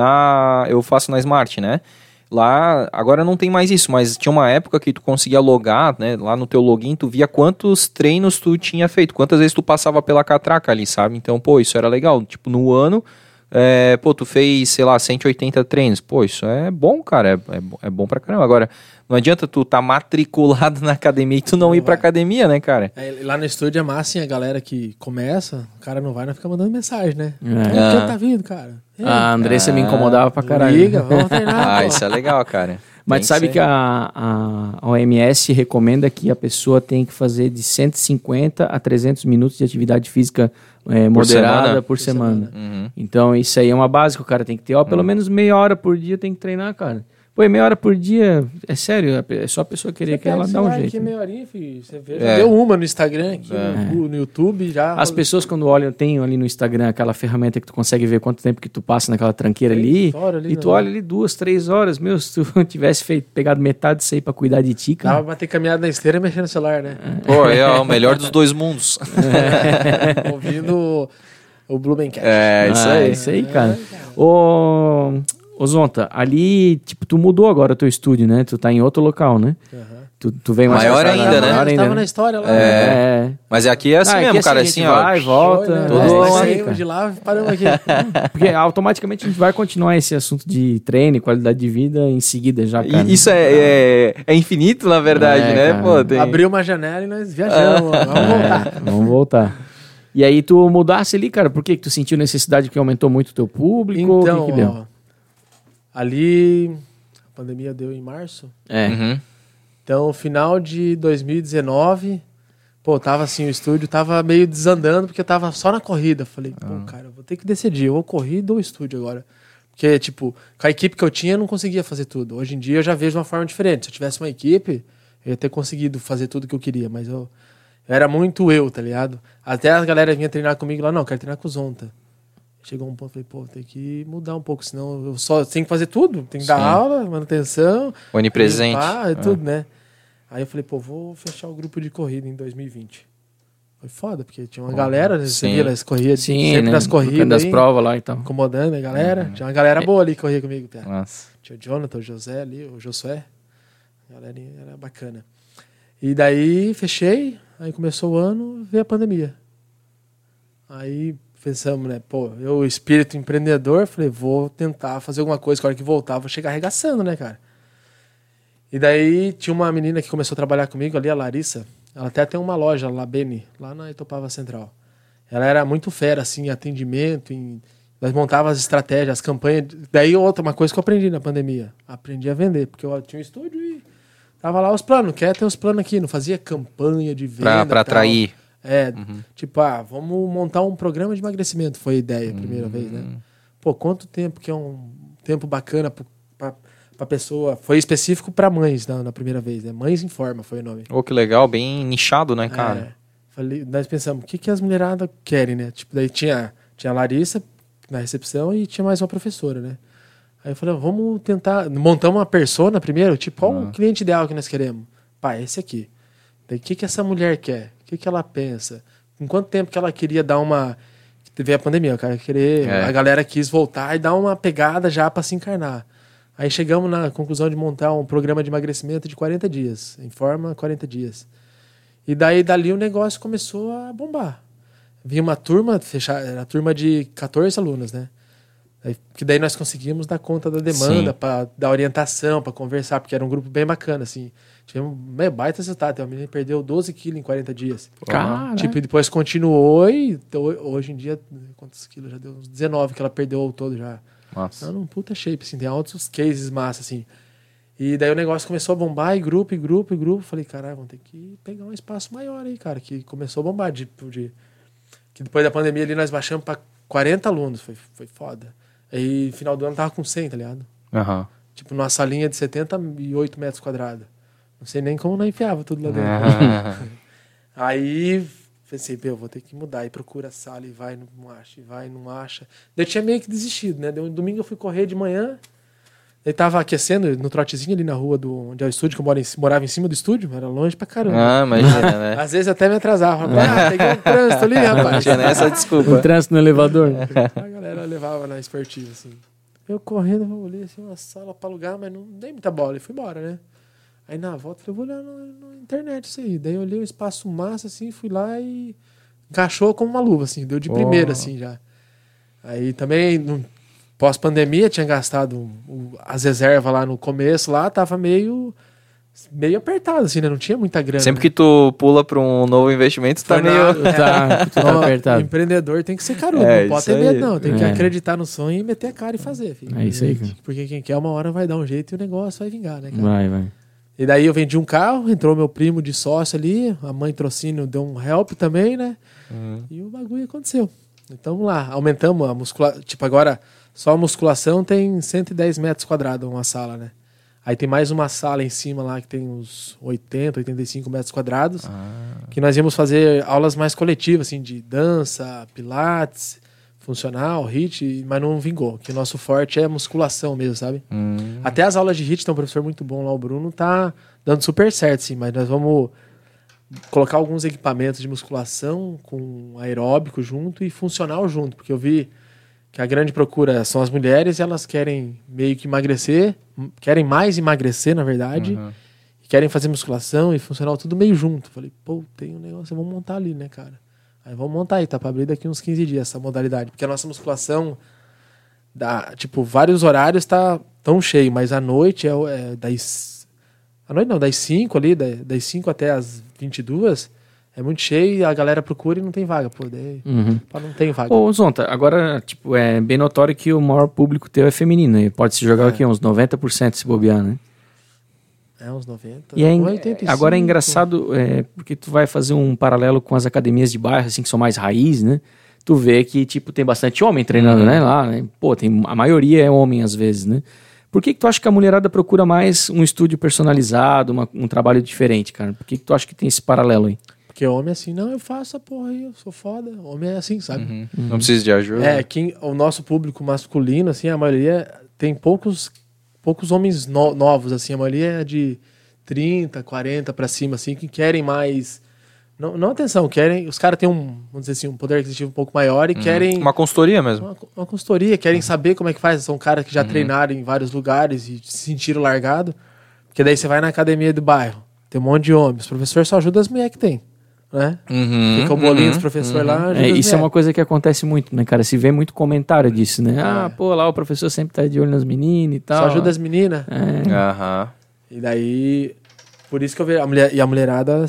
Na, eu faço na Smart, né? Lá, agora não tem mais isso, mas tinha uma época que tu conseguia logar, né? Lá no teu login, tu via quantos treinos tu tinha feito, quantas vezes tu passava pela catraca ali, sabe? Então, pô, isso era legal. Tipo, no ano, é, pô, tu fez, sei lá, cento e oitenta treinos. Pô, isso é bom, cara, é, é, bo- é bom pra caramba. Agora, não adianta tu tá matriculado na academia e tu não Não ir pra vai. academia, né, cara? É, lá no estúdio é massa, assim, a galera que começa, o cara não vai, não fica mandando mensagem, né? É. É. Ah. Quem tá vindo, cara? É, A Andressa me incomodava pra caralho. liga, vamos treinar, Ah, pô. isso é legal, cara. Mas Tem sabe ser. que a, a, a O M S recomenda que a pessoa tem que fazer de cento e cinquenta a trezentos minutos de atividade física é, moderada semana? por semana. Uhum. Então isso aí é uma base que o cara tem que ter. Ó, pelo menos meia hora por dia tem que treinar, cara. Pô, e meia hora por dia, é sério, é só a pessoa querer que ela dá um jeito. Aqui, né? meia horinha, filho. Você vê, já É. deu uma no Instagram, aqui, É. no, no YouTube, já. As pessoas quando olham, tem ali no Instagram aquela ferramenta que tu consegue ver quanto tempo que tu passa naquela tranqueira ali, Três horas ali, e tu né? olha ali duas, três horas, meu, se tu tivesse feito, pegado metade disso aí pra cuidar de ti, Dava cara. pra bater caminhada na esteira e mexer no celular, né? Pô, é o melhor dos dois mundos. Ouvindo o, o Blumencast. É, isso Ah, aí. é isso aí, cara. Ô, ô Zonta, ali, tipo, tu mudou agora o teu estúdio, né? Tu tá em outro local, né? Aham. Tu, tu veio mais Maior pra cá, ainda, né? Maior Eu ainda, tava né? na história lá. É. né? é. Mas aqui é assim Ah, aqui mesmo, assim, cara, a gente assim, ó. vai, volta. Foi, né? Tudo Nós assim, saímos cara. de lá e paramos aqui. Porque automaticamente a gente vai continuar esse assunto de treino e qualidade de vida em seguida já, cara. E isso é, é, é infinito, na verdade, É, né? cara. Pô, tem... Abriu uma janela e nós viajamos. Vamos voltar. É, vamos voltar. E aí tu mudasse ali, cara, por que que tu sentiu necessidade que aumentou muito o teu público? Então, o que que deu? ó, ali, a pandemia deu em março. É. Uhum. Então, final de dois mil e dezenove, pô, tava assim, o estúdio tava meio desandando, porque eu tava só na corrida. Falei, pô, cara, eu vou ter que decidir, ou corrida ou estúdio agora. Porque, tipo, com a equipe que eu tinha, eu não conseguia fazer tudo. Hoje em dia, eu já vejo de uma forma diferente. Se eu tivesse uma equipe, eu ia ter conseguido fazer tudo que eu queria, mas eu, eu era muito eu, tá ligado? Até a galera vinha treinar comigo lá, não, eu quero treinar com o Zonta. Chegou um ponto, falei, pô, tem que mudar um pouco, senão eu só tenho que fazer tudo. Tem que dar Sim. aula, manutenção, Onipresente. limpar, é É. tudo, né? Aí eu falei, pô, vou fechar o grupo de corrida em dois mil e vinte. Foi foda, porque tinha uma galera, né, você sim. via nas corridas, Sim, sempre né? nas corridas, das aí, provas lá e tal. incomodando a galera. Uhum. Tinha uma galera boa ali que corria comigo, Pé. Nossa. Tinha o Jonathan, o José ali, o Josué. A galerinha era bacana. E daí fechei, aí começou o ano, veio a pandemia. Aí pensamos, né, pô, eu, espírito empreendedor, falei, vou tentar fazer alguma coisa, que a hora que voltar, vou chegar arregaçando, né, cara? E daí tinha uma menina que começou a trabalhar comigo ali, a Larissa. Ela até tem uma loja, lá, Beni, lá na Itopava Central. Ela era muito fera, assim, em atendimento, em... nós montávamos as estratégias, as campanhas. Daí outra, uma coisa que eu aprendi na pandemia. Aprendi a vender, porque eu tinha um estúdio e tava lá os planos. Quer ter os planos aqui, não fazia campanha de venda. Pra, pra tal. atrair. É, tipo, ah, vamos montar um programa de emagrecimento, foi a ideia a primeira Uhum. vez, né? Pô, quanto tempo que é um tempo bacana pro- pra, pra pessoa. Foi específico pra mães na, na primeira vez, né? Mães em Forma foi o nome. Ô, que legal, bem nichado, né, cara? É, falei, nós pensamos, o que, que as mulheradas querem, né? Tipo, daí tinha, tinha a Larissa, na recepção e tinha mais uma professora, né? Aí eu falei, vamos tentar... Montamos uma persona primeiro, tipo, qual Uhum. o cliente ideal que nós queremos? Pá, esse aqui. Daí, o que, que essa mulher quer? O que, que ela pensa? Com quanto tempo que ela queria dar uma... Teve a pandemia, o cara querer... É. A galera quis voltar e dar uma pegada já pra se encarnar. Aí chegamos na conclusão de montar um programa de emagrecimento de quarenta dias. Em forma, quarenta dias. E daí, dali, o negócio começou a bombar. Vinha uma turma, fechar, era a turma de catorze alunos, né? Aí, que daí nós conseguimos dar conta da demanda, para dar orientação, para conversar, porque era um grupo bem bacana, assim. Tivemos um baita resultado. A menina perdeu doze quilos em quarenta dias. Cara. Tipo, e depois continuou e então, hoje em dia, quantos quilos? Já deu uns dezenove que ela perdeu ao todo já. Nossa. Tá num puta shape, assim. Tem altos cases massa, assim. E daí o negócio começou a bombar, e grupo, e grupo, e grupo. Falei, caralho, vamos ter que pegar um espaço maior aí, cara. Que começou a bombar. De, de, que depois da pandemia ali nós baixamos pra quarenta alunos. Foi, foi foda. Aí, final do ano, tava com cem, tá ligado? Aham. Tipo, numa salinha de setenta e oito metros quadrados. Não sei nem como não enfiava tudo lá dentro. Ah. Aí, pensei, meu, vou ter que mudar. E procura a sala, e vai, não acha, e vai, não acha. Daí eu tinha meio que desistido, né? Daí, domingo eu fui correr de manhã. Ele tava aquecendo no trotezinho ali na rua do, onde é o estúdio, que eu moro em, morava em cima do estúdio. Era longe pra caramba. Ah, imagina, né? Às vezes eu até me atrasava. Ah, peguei um trânsito ali, rapaz. Tinha essa desculpa. O trânsito no elevador. A galera levava na esportiva, assim. Eu correndo, eu olhei assim, uma sala pra alugar, mas não dei muita bola. E fui embora, né? Aí na volta, eu falei, vou olhar na internet isso aí. Daí eu olhei o espaço massa, assim, fui lá e encaixou como uma luva, assim. Deu de Oh. primeira, assim, já. Aí também, no pós-pandemia, tinha gastado o- as reservas lá no começo, lá, tava meio... meio apertado, assim, né? Não tinha muita grana. Sempre que tu pula pra um novo investimento, tu tá Foi meio... nada. Tá, tu tá Ó, apertado. empreendedor tem que ser carudo, É, não pode isso ter medo, aí. não. Tem que É. acreditar no sonho e meter a cara e fazer, filho. É isso aí, cara. Porque quem quer uma hora vai dar um jeito e o negócio vai vingar, né, cara? Vai, vai. E daí eu vendi um carro, entrou meu primo de sócio ali, a mãe trocínio deu um help também, né? Uhum. E o bagulho aconteceu. Então vamos lá, aumentamos a musculação. Tipo, agora só a musculação tem cento e dez metros quadrados uma sala, né? Aí tem mais uma sala em cima lá que tem uns oitenta, oitenta e cinco metros quadrados. Ah. Que nós íamos fazer aulas mais coletivas, assim, de dança, pilates, funcional, hit, mas não vingou. Que o nosso forte é musculação mesmo, sabe? Hum. Até as aulas de hit, tem um professor muito bom lá, o Bruno, tá dando super certo, sim, mas nós vamos colocar alguns equipamentos de musculação com aeróbico junto e funcional junto, porque eu vi que a grande procura são as mulheres e elas querem meio que emagrecer, m- querem mais emagrecer, na verdade, Uhum. e querem fazer musculação e funcional tudo meio junto. Falei, pô, tem um negócio, vamos montar ali, né, cara? Aí vamos montar aí, tá pra abrir daqui uns quinze dias essa modalidade, porque a nossa musculação, dá, tipo, vários horários tá tão cheio, mas à noite é, é das... À noite não, das cinco ali, da- das cinco até as vinte e duas, é muito cheio e a galera procura e não tem vaga, pô, daí... Uhum. Pá, não tem vaga. Ô, Zonta, agora, tipo, é bem notório que o maior público teu é feminino, né? Pode-se jogar É. aqui uns noventa por cento se bobear, né? É uns noventa. E é en- oitenta e cinco. agora é engraçado, é, porque tu vai fazer um paralelo com as academias de bairro, assim, que são mais raiz, né? Tu vê que, tipo, tem bastante homem treinando, Uhum. né? Lá, né? Pô, tem, a maioria é homem, às vezes, né? Por que que tu acha que a mulherada procura mais um estúdio personalizado, uma- um trabalho diferente, cara? Por que que tu acha que tem esse paralelo aí? Porque homem é assim, não, eu faço essa porra aí, eu sou foda. Homem é assim, sabe? Uhum. Não precisa de ajuda. É, quem, o nosso público masculino, assim, a maioria tem poucos, poucos homens no- novos, assim, a maioria é de trinta, quarenta pra cima, assim, que querem mais... Não, não atenção, querem... Os caras têm um, vamos dizer assim, um poder aquisitivo um pouco maior e querem... Uma consultoria mesmo. Uma, uma consultoria, querem saber como é que faz. São caras que já treinaram em vários lugares e se sentiram largado. Porque daí você vai na academia do bairro, tem um monte de homens. O professor só ajuda as mulheres que tem, né? Uhum, Fica o bolinho uhum, dos professores uhum. lá, ajuda É, as isso é uma mulheres. coisa que acontece muito, né, cara? Se vê muito comentário disso, né? Ah, É. pô, lá o professor sempre tá de olho nas meninas e tal. Só ajuda as meninas. É. Aham. E daí, por isso que eu vejo a mulher e a mulherada,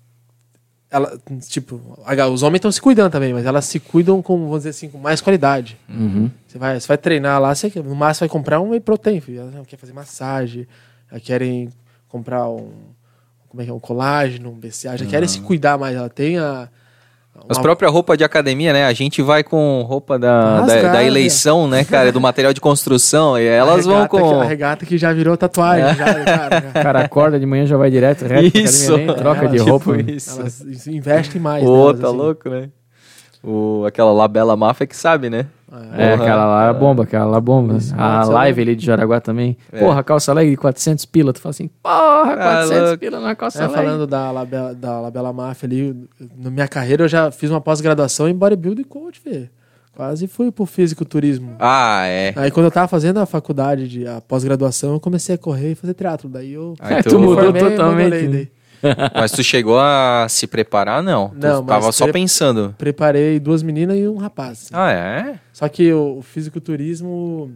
ela, tipo, a- os homens estão se cuidando também, mas elas se cuidam com, vamos dizer assim, com mais qualidade. Uhum. Você vai, você vai treinar lá, você, no máximo vai comprar um whey protein, filho. Elas não querem fazer massagem, elas querem comprar um, como é que é, um colágeno, um B C A, já querem se cuidar mais. Ela tem a... As uma- próprias roupas de academia, né? A gente vai com roupa da, da, Rasgada. da eleição, né, cara? Do material de construção. E elas a vão regata com... Que, a regata que já virou tatuagem, já, cara. O cara acorda de manhã já vai direto, reto pra Isso. academia, nem troca É, de tipo roupa. isso. Elas investem mais. Ô, nelas, tá assim. louco, né? O, aquela Labela Máfia que sabe, né? É, Porra. aquela lá é bomba, aquela lá é bomba. Isso, A pode ser, live né? ali de Jaraguá também. É. Porra, calça leg de quatrocentos pila. Tu fala assim, porra, quatrocentos louco. pila na calça É, leg. falando da Labela, da Labela Máfia ali, na minha carreira eu já fiz uma pós-graduação em bodybuilding coach, velho. Quase fui pro fisiculturismo. Ah, é. Aí quando eu tava fazendo a faculdade, de, a pós-graduação, eu comecei a correr e fazer triatlo. Daí eu Aí É, tu- tu mudou formei e totalmente. abandonei, né? daí. Mas tu chegou a se preparar, não? Não, tu tava mas só pre- pensando. Preparei duas meninas e um rapaz. Ah, é? Só que o, o fisiculturismo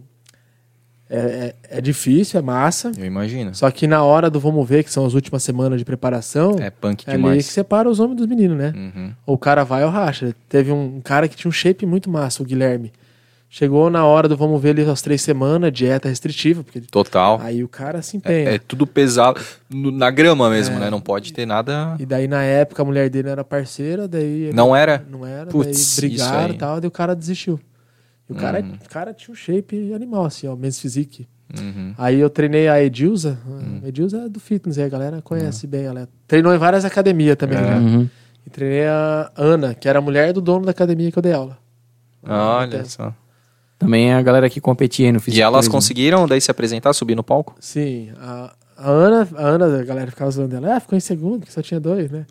é, é, é difícil, é massa. Eu imagino. Só que na hora do vamos ver, que são as últimas semanas de preparação, É punk é ali que demais. separa os homens dos meninos, né? Uhum. Ou o cara vai ou racha. Teve um cara que tinha um shape muito massa, o Guilherme. Chegou na hora do vamos ver ali às três semanas, dieta restritiva, porque Total. aí o cara se empenha. É, é tudo pesado. no- na grama mesmo, É. né? Não pode ter nada. E daí na época a mulher dele era parceira, daí... ele- Não era? Não era, Putz, daí brigaram isso aí. e tal, daí o cara desistiu. E o cara, Uhum. o cara tinha um shape animal, assim, ó, men's physique. Uhum. Aí eu treinei a Edilza, a Edilza é do fitness, aí a galera conhece bem ela. Treinou em várias academias também, É. né? Uhum. E treinei a Ana, que era a mulher do dono da academia que eu dei aula. Olha Até- só. Também é a galera que competia aí no E fisiculturismo. elas conseguiram daí se apresentar, subir no palco? Sim, a, a Ana, a Ana, a galera ficava zoando dela, ah, ficou em segundo, porque só tinha dois, né?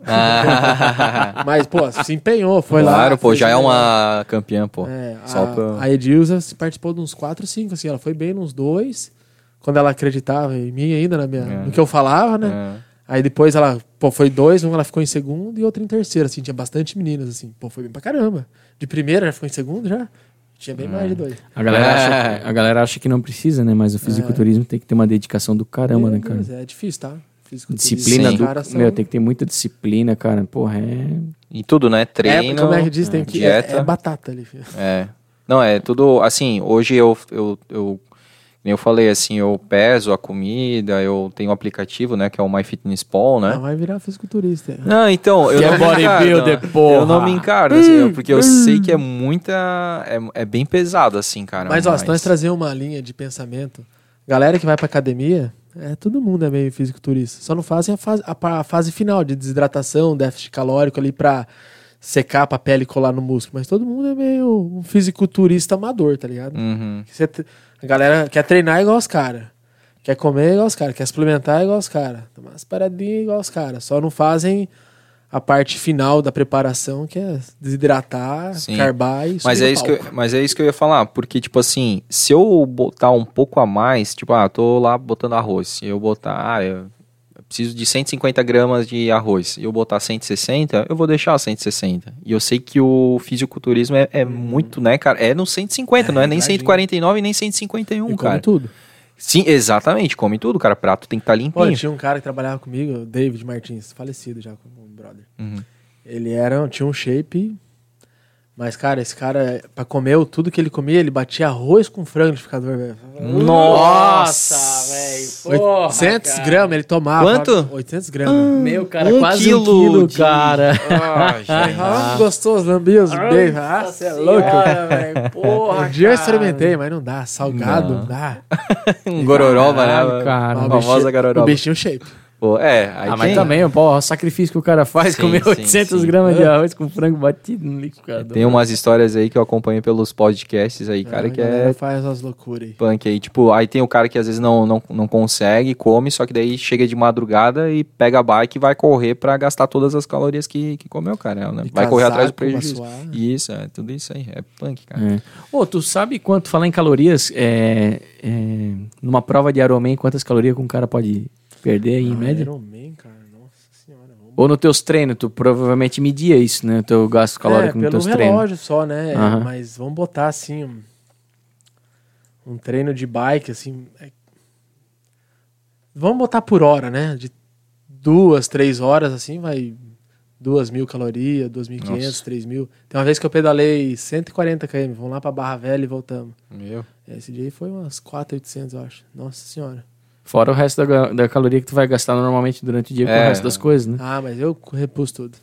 Ah. Mas, pô, se empenhou, foi lá. Claro, pô, fez já é o- uma campeã, pô. É, Só a, pra- a Edilza se participou de uns quatro, cinco, assim, ela foi bem nos dois, quando ela acreditava em mim ainda, na minha, É. no que eu falava, né? É. Aí depois ela, pô, foi dois, um ela ficou em segundo e outra em terceiro, assim, tinha bastante meninas, assim, pô, foi bem pra caramba. De primeira já ficou em segundo, já? Tinha bem mais de dois. A galera, É. acha, que- a galera acha que não precisa, né? Mas o fisiculturismo tem que ter uma dedicação do caramba, né, Meu cara? Deus, é difícil, tá? Fisiculturismo, Disciplina os do... caras são- Meu, tem que ter muita disciplina, cara. Porra, é... E tudo, né? É, Treino, como é que diz, tem que... É, dieta. é batata ali, filho. É. Não, é tudo, assim, hoje eu, eu, eu, nem eu falei, assim, eu peso a comida, eu tenho um aplicativo, né, que é o MyFitnessPal, Ah, né? vai virar fisiculturista. Não, então, eu Que não é me encarno. bodybuilder, porra. Eu não me encarno, assim, porque eu sei que é muita, é, é bem pesado, assim, cara. Mas, ó, se nós trazer uma linha de pensamento, galera que vai pra academia, é, todo mundo é meio fisiculturista. Só não fazem a fase, a, pa- a fase final de desidratação, déficit calórico ali pra secar pra pele colar no músculo. Mas todo mundo é meio um fisiculturista amador, tá ligado? Uhum. Que você te- a galera quer treinar igual os caras. Quer comer igual os caras. Quer suplementar igual os caras. Tomar umas paradinhas igual os caras. Só não fazem a parte final da preparação, que é desidratar, Sim. carbar e Mas subir é, no isso que eu, palco. mas é isso que eu ia falar, porque, tipo assim, se eu botar um pouco a mais, tipo, ah, tô lá botando arroz, e eu botar, ah, eu eu preciso de cento e cinquenta gramas de arroz, e eu botar cento e sessenta, eu vou deixar cento e sessenta. E eu sei que o fisiculturismo é, é muito, né, cara, é no cento e cinquenta, É, não é nem tadinho. cento e quarenta e nove, nem cento e cinquenta e um, E come cara. tudo. Sim, exatamente, come tudo, cara, prato tem que estar Olha, limpinho. tinha um cara que trabalhava comigo, o David Martins, falecido já como um brother. Uhum. Ele era, tinha um shape, mas, cara, esse cara, pra comer o- tudo que ele comia, ele batia arroz com frango no liquidificador, velho. Nossa, velho. oitocentos gramas ele tomava. Quanto? oitocentos gramas. Meu, cara, Um quase quilo um quilo, de- cara. Ah, gente. Ah, gostoso, lambia os beijos. Ah, você é louco. velho. Porra, Um dia eu cara. experimentei, mas não dá. Salgado, Não. não dá. um gororoba, Caralho, né? cara. A O famosa bichinho- gororoba. O bichinho shape. Pô, é, aí Ah, mas tem- também, pô, o sacrifício que o cara faz, Sim, comer sim, oitocentos sim. gramas de arroz com frango batido no liquidificador. Tem umas histórias aí que eu acompanho pelos podcasts aí, cara, A que galera é faz umas loucuras aí. punk aí. Tipo, aí tem o cara que às vezes não, não, não consegue, come, só que daí chega de madrugada e pega a bike e vai correr pra gastar todas as calorias que, que comeu, cara. Né? E Vai correr atrás do casaco, prejuízo. uma suar. Isso, é tudo isso aí. É punk, cara. É. Ô, tu sabe quanto, falar em calorias, é, é, numa prova de Ironman, quantas calorias que um cara pode perder aí, em Ah, média? Iron Man, cara. Nossa senhora. Vamos... Ou nos teus treinos, tu provavelmente media isso, né? O teu gasto calórico é, nos pelo teus treinos. relógio só, né? Aham. Mas vamos botar assim um, um treino de bike, assim. é- Vamos botar por hora, né? De duas, três horas, assim, vai duas mil calorias, duas mil e quinhentas, Nossa. três mil. Tem uma vez que eu pedalei cento e quarenta quilômetros, vamos lá pra Barra Velha e voltamos. Meu. Esse dia aí foi umas quatro mil e oitocentos, eu acho. Nossa senhora. Fora o resto da, ga- da caloria que tu vai gastar normalmente durante o dia com É. o resto das coisas, né? Ah, mas eu repus tudo.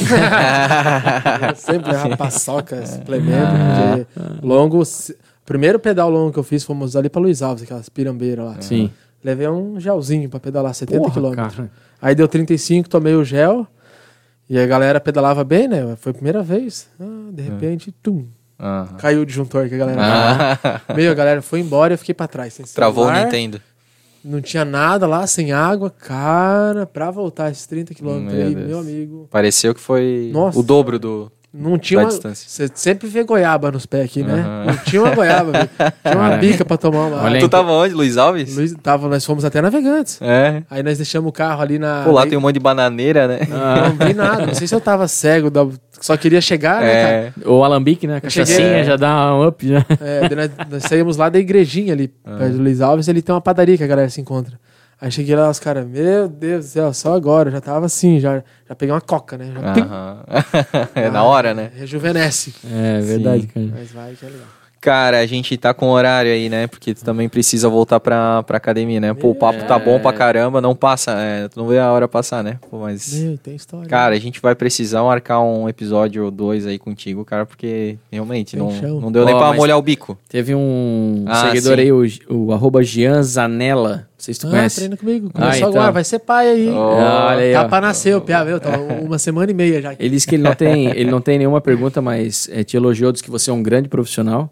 Eu sempre levava paçoca, suplemento, porque longo. se- Primeiro pedal longo que eu fiz fomos ali pra Luiz Alves, aquelas pirambeiras lá. Sim. Levei um gelzinho pra pedalar setenta Porra, quilômetros. cara. Aí deu trinta e cinco, tomei o gel. E a galera pedalava bem, né? Foi a primeira vez. Ah, de repente, tum. Aham. Caiu o disjuntor que a galera... Ah. Meio, a galera foi embora e eu fiquei pra trás. Sem Travou o celular, Nintendo. Não tinha nada lá, sem água. Cara, pra voltar esses trinta quilômetros Meu aí, Deus. meu amigo... Pareceu que foi Nossa. o dobro do... Não tinha Da uma... distância. Você sempre vê goiaba nos pés aqui, né? Aham. Não tinha uma goiaba, velho. Tinha uma Olha. bica pra tomar uma Olha água. aí. Tu tava onde, Luiz Alves? Luiz, tava, nós fomos até Navegantes. É. Aí nós deixamos o carro ali na... Pô, lá tem um monte de bananeira, né? Não vi nada. Não sei se eu tava cego, da- só queria chegar, né, cara? É. O alambique, né? A cachaçinha cheguei- já dá um up, né? É, daí nós, nós saímos lá da igrejinha ali, Ah. perto do Luiz Alves, ele tem uma padaria que a galera se encontra. Aí cheguei lá, os caras, meu Deus do céu, só agora, eu já tava assim, já, já peguei uma coca, né? Já, pim, Aham. É na hora, né? rejuvenesce. É verdade, Sim. cara. Mas vai que é legal. Cara, a gente tá com horário aí, né? Porque tu também precisa voltar pra, pra academia, né? Pô, o papo tá bom pra caramba, não passa, é, tu não vê a hora passar, né? Pô, mas... Meu, tem história. Cara, a gente vai precisar marcar um episódio ou dois aí contigo, cara, porque realmente Tem não, chão. não deu nem Ó, pra mas- molhar o bico. Teve um Ah, seguidor sim. aí, o, o arroba Jean Zanella. Não sei se tu ah, conhece. treina comigo. Ah, Começou então. agora, vai ser pai aí. hein? Oh. Olha aí, Tá ó. pra nascer, o Piá, meu, tá uma semana e meia já. Ele disse que ele não tem, ele não tem nenhuma pergunta, mas é, te elogiou, disse que você é um grande profissional.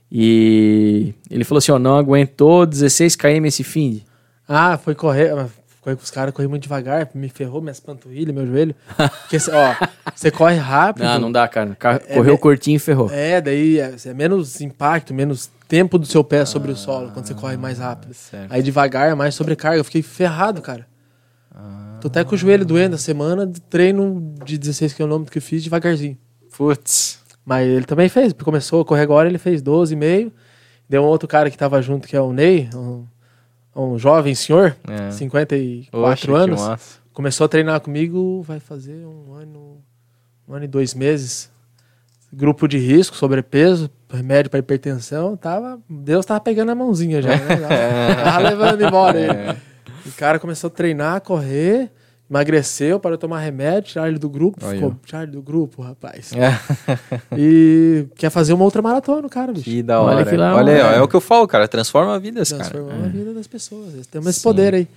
E ele falou assim, ó, não aguentou dezesseis quilômetros esse fim de... Ah, foi correr, ah, correr com os caras, corri muito devagar, me ferrou minhas panturrilhas, meu joelho. Porque, ó, você corre rápido. Não, não dá, cara. Ca- É, Correu é- curtinho e ferrou. É, daí é, é menos impacto, menos tempo do seu pé sobre o solo, quando você corre mais rápido. certo. Aí devagar é mais sobrecarga. Eu fiquei ferrado, cara. Tô até com o joelho doendo a semana de treino de dezesseis quilômetros que eu fiz devagarzinho. Putz. Mas ele também fez, começou a correr agora, ele fez doze e meio. Deu um outro cara que tava junto, que é o Ney, um, um jovem senhor, É. cinquenta e Oxe, quatro que anos. massa. Começou a treinar comigo, vai fazer um ano, um ano e dois meses. Grupo de risco, sobrepeso, remédio para hipertensão, tava, Deus tava pegando a mãozinha já, né? Tava, tava levando embora ele. O cara começou a treinar, correr, emagreceu, parou de tomar remédio, tiraram ele do grupo, Olha. ficou, tiraram ele do grupo, rapaz. É. E quer fazer uma outra maratona, o cara, bicho. Que da Olha hora. que lá, Olha aí, ó, é. é o que eu falo, cara. Transforma vidas, cara. Transformando a vida das pessoas. Eles têm esse Sim. poder aí.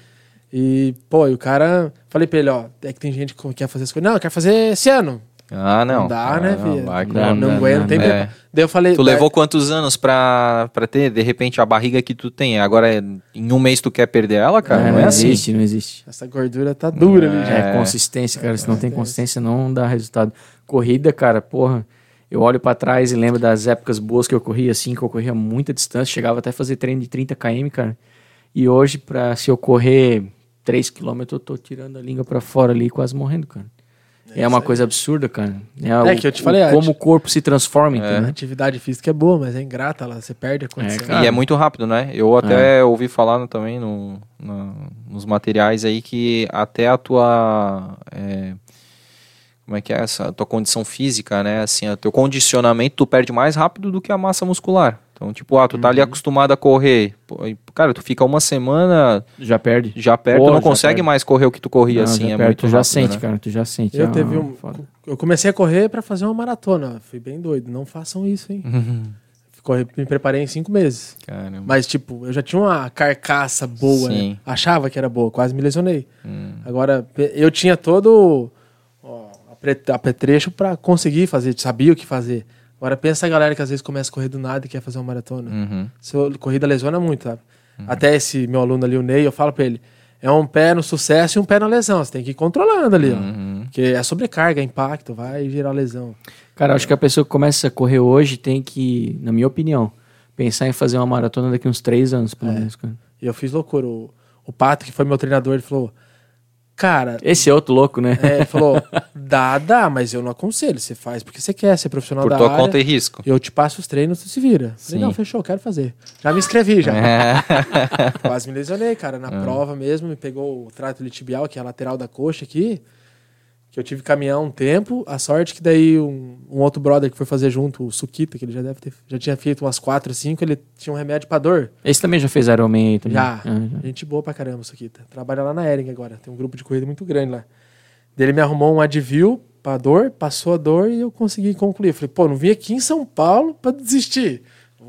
E, pô, e o cara... Falei pra ele, ó, é que tem gente que quer fazer as coisas. Não, eu quero fazer esse ano. Ah, não. Não dá, Ah, né, não, filho? vai que Não Não, dá, não não aguenta, dá, não tem não. tempo. Daí eu falei... Tu daí- levou quantos anos pra, pra ter, de repente, a barriga que tu tem? Agora, em um mês tu quer perder ela, cara? É, não é assim. existe, não existe. Essa gordura tá dura ali já. É, consistência, cara. Se não tem consistência, não dá resultado. Corrida, cara, porra. Eu olho pra trás e lembro das épocas boas que eu corria assim, que eu corria muita distância, chegava até a fazer treino de trinta quilômetros, cara. E hoje, pra, se eu correr três quilômetros, eu tô tirando a língua pra fora ali, quase morrendo, cara. É, uma coisa absurda, cara. É, o- que eu te falei o- antes. como o corpo se transforma, A entendeu? atividade física é boa, mas é ingrata, ela, você perde a condição. É, cara. E é muito rápido, né? Eu até ouvi falar no- também no, no- nos materiais aí que até a tua... é, como é que é essa? A tua condição física, né? Assim, o teu condicionamento tu perde mais rápido do que a massa muscular. Então, tipo, ah, tu tá ali Uhum. acostumado a correr. Pô, e, cara, tu fica uma semana Já perde. já perto, Pô, não já consegue perde. mais correr o que tu corria, Não, assim. já É perde, muito tu já rápido, sente, né? cara. Tu já sente. Eu é teve uma um... foda. Eu comecei a correr pra fazer uma maratona. Fui bem doido. Não façam isso, hein? Corri, me preparei em cinco meses. Caramba. Mas, tipo, eu já tinha uma carcaça boa, Sim. né? Achava que era boa, quase me lesionei. Hum. Agora, pe- eu tinha todo ó, apre- apetrecho pra conseguir fazer, sabia o que fazer. Agora, pensa a galera que às vezes começa a correr do nada e quer fazer uma maratona. Uhum. Seu, corrida lesiona muito, sabe? Até esse meu aluno ali, o Ney, eu falo pra ele, é um pé no sucesso e um pé na lesão. Você tem que ir controlando ali, ó. Uhum. Porque é sobrecarga, é impacto, vai gerar lesão. Cara, eu acho que a pessoa que começa a correr hoje tem que, na minha opinião, pensar em fazer uma maratona daqui uns três anos, pelo menos, cara. E eu fiz loucura. O, o Pato, que foi meu treinador, ele falou, cara... Esse é outro louco, né? É, ele falou, dá, dá, mas eu não aconselho. Você faz porque você quer ser profissional Por da tua área. conta e risco. Eu te passo os treinos, tu se vira. Falei, Sim. não, fechou, quero fazer. Já me inscrevi, já. É. Quase me lesionei, cara. Na prova mesmo, me pegou o trato tibial, que é a lateral da coxa aqui, que eu tive que caminhar um tempo. A sorte que daí um, um outro brother que foi fazer junto, o Sukita, que ele já deve ter, já tinha feito umas quatro, cinco, ele tinha um remédio pra dor. Esse também já fez Ironman aí também. Já. Ah, já. Gente boa pra caramba, o Sukita. Trabalha lá na Ering agora. Tem um grupo de corrida muito grande lá. Daí ele me arrumou um Advil pra dor, passou a dor e eu consegui concluir. Falei, pô, não vim aqui em São Paulo pra desistir. Vou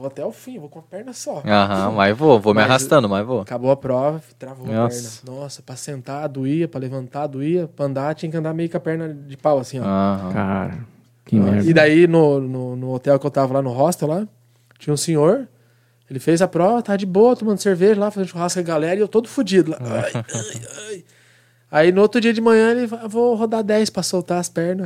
vou até o fim, vou com a perna só. Aham, mas vou, vou me Mas- arrastando, mas vou. Acabou a prova, travou Nossa. a perna. Nossa, pra sentar doía, pra levantar doía, pra andar tinha que andar meio com a perna de pau, assim, ó. Aham. Cara, que merda. E daí, no, no, no hotel que eu tava lá, no hostel lá, tinha um senhor, ele fez a prova, tava de boa, tomando cerveja lá, fazendo churrasco com a galera, e eu todo fudido lá. Ai, ai, ai. Aí no outro dia de manhã ele falou, vou rodar dez pra soltar as pernas.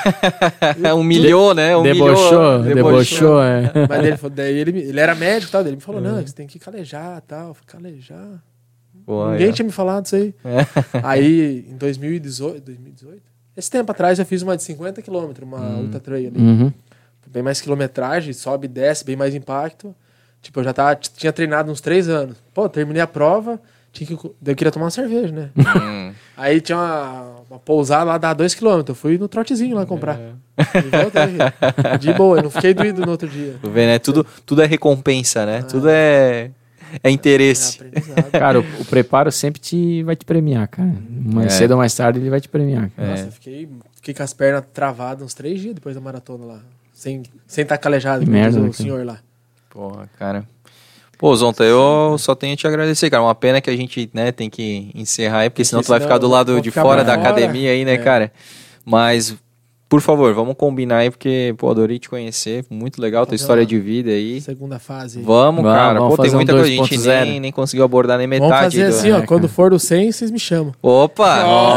Humilhou, né? Humilhou, Debochou, debochou, é. Mas ele, falou- daí ele, ele era médico e tal, daí ele me falou, não, você tem que calejar e tal. Eu falei, calejar? Pô, Ninguém é. tinha me falado isso aí. Aí, em dois mil e dezoito, dois mil e dezoito, esse tempo atrás eu fiz uma de cinquenta quilômetros, uma Hum. ultra trail ali. Uhum. Bem mais quilometragem, sobe e desce, bem mais impacto. Tipo, eu já tava, t- tinha treinado uns três anos. Pô, terminei a prova, tinha que, daí eu queria tomar uma cerveja, né? Hum. Aí tinha uma, uma pousada lá, dava dois quilômetros. Eu fui no trotezinho lá comprar. E voltei. De boa, eu não fiquei doído no outro dia. Tu vê, né? Tudo, tudo é recompensa, né? Tudo é, é É interesse. aprendizado. Cara, o, o preparo sempre te, vai te premiar, cara. Mais É. cedo ou mais tarde ele vai te premiar. Cara. Nossa, eu fiquei, fiquei com as pernas travadas uns três dias depois da maratona lá. Sem estar sem tá calejado, Que como diz merda, o né, cara? senhor lá. Porra, cara. Pô, Zonta, eu só tenho a te agradecer, cara. Uma pena que a gente, né, tem que encerrar aí, porque senão tu vai senão ficar do eu lado vou de ficar fora da fora. academia aí, né, É. cara? Mas, por favor, vamos combinar aí, porque, pô, adorei te conhecer. Muito legal tua Fazer história uma de vida aí. Segunda fase. Vamos, Vamos, cara. vamos Pô, tem fazer um muita coisa. A gente dois ponto zero. nem, nem conseguiu abordar nem metade. Vamos fazer do- assim, ó. É, Quando cara. for do cem, vocês me chamam. Opa!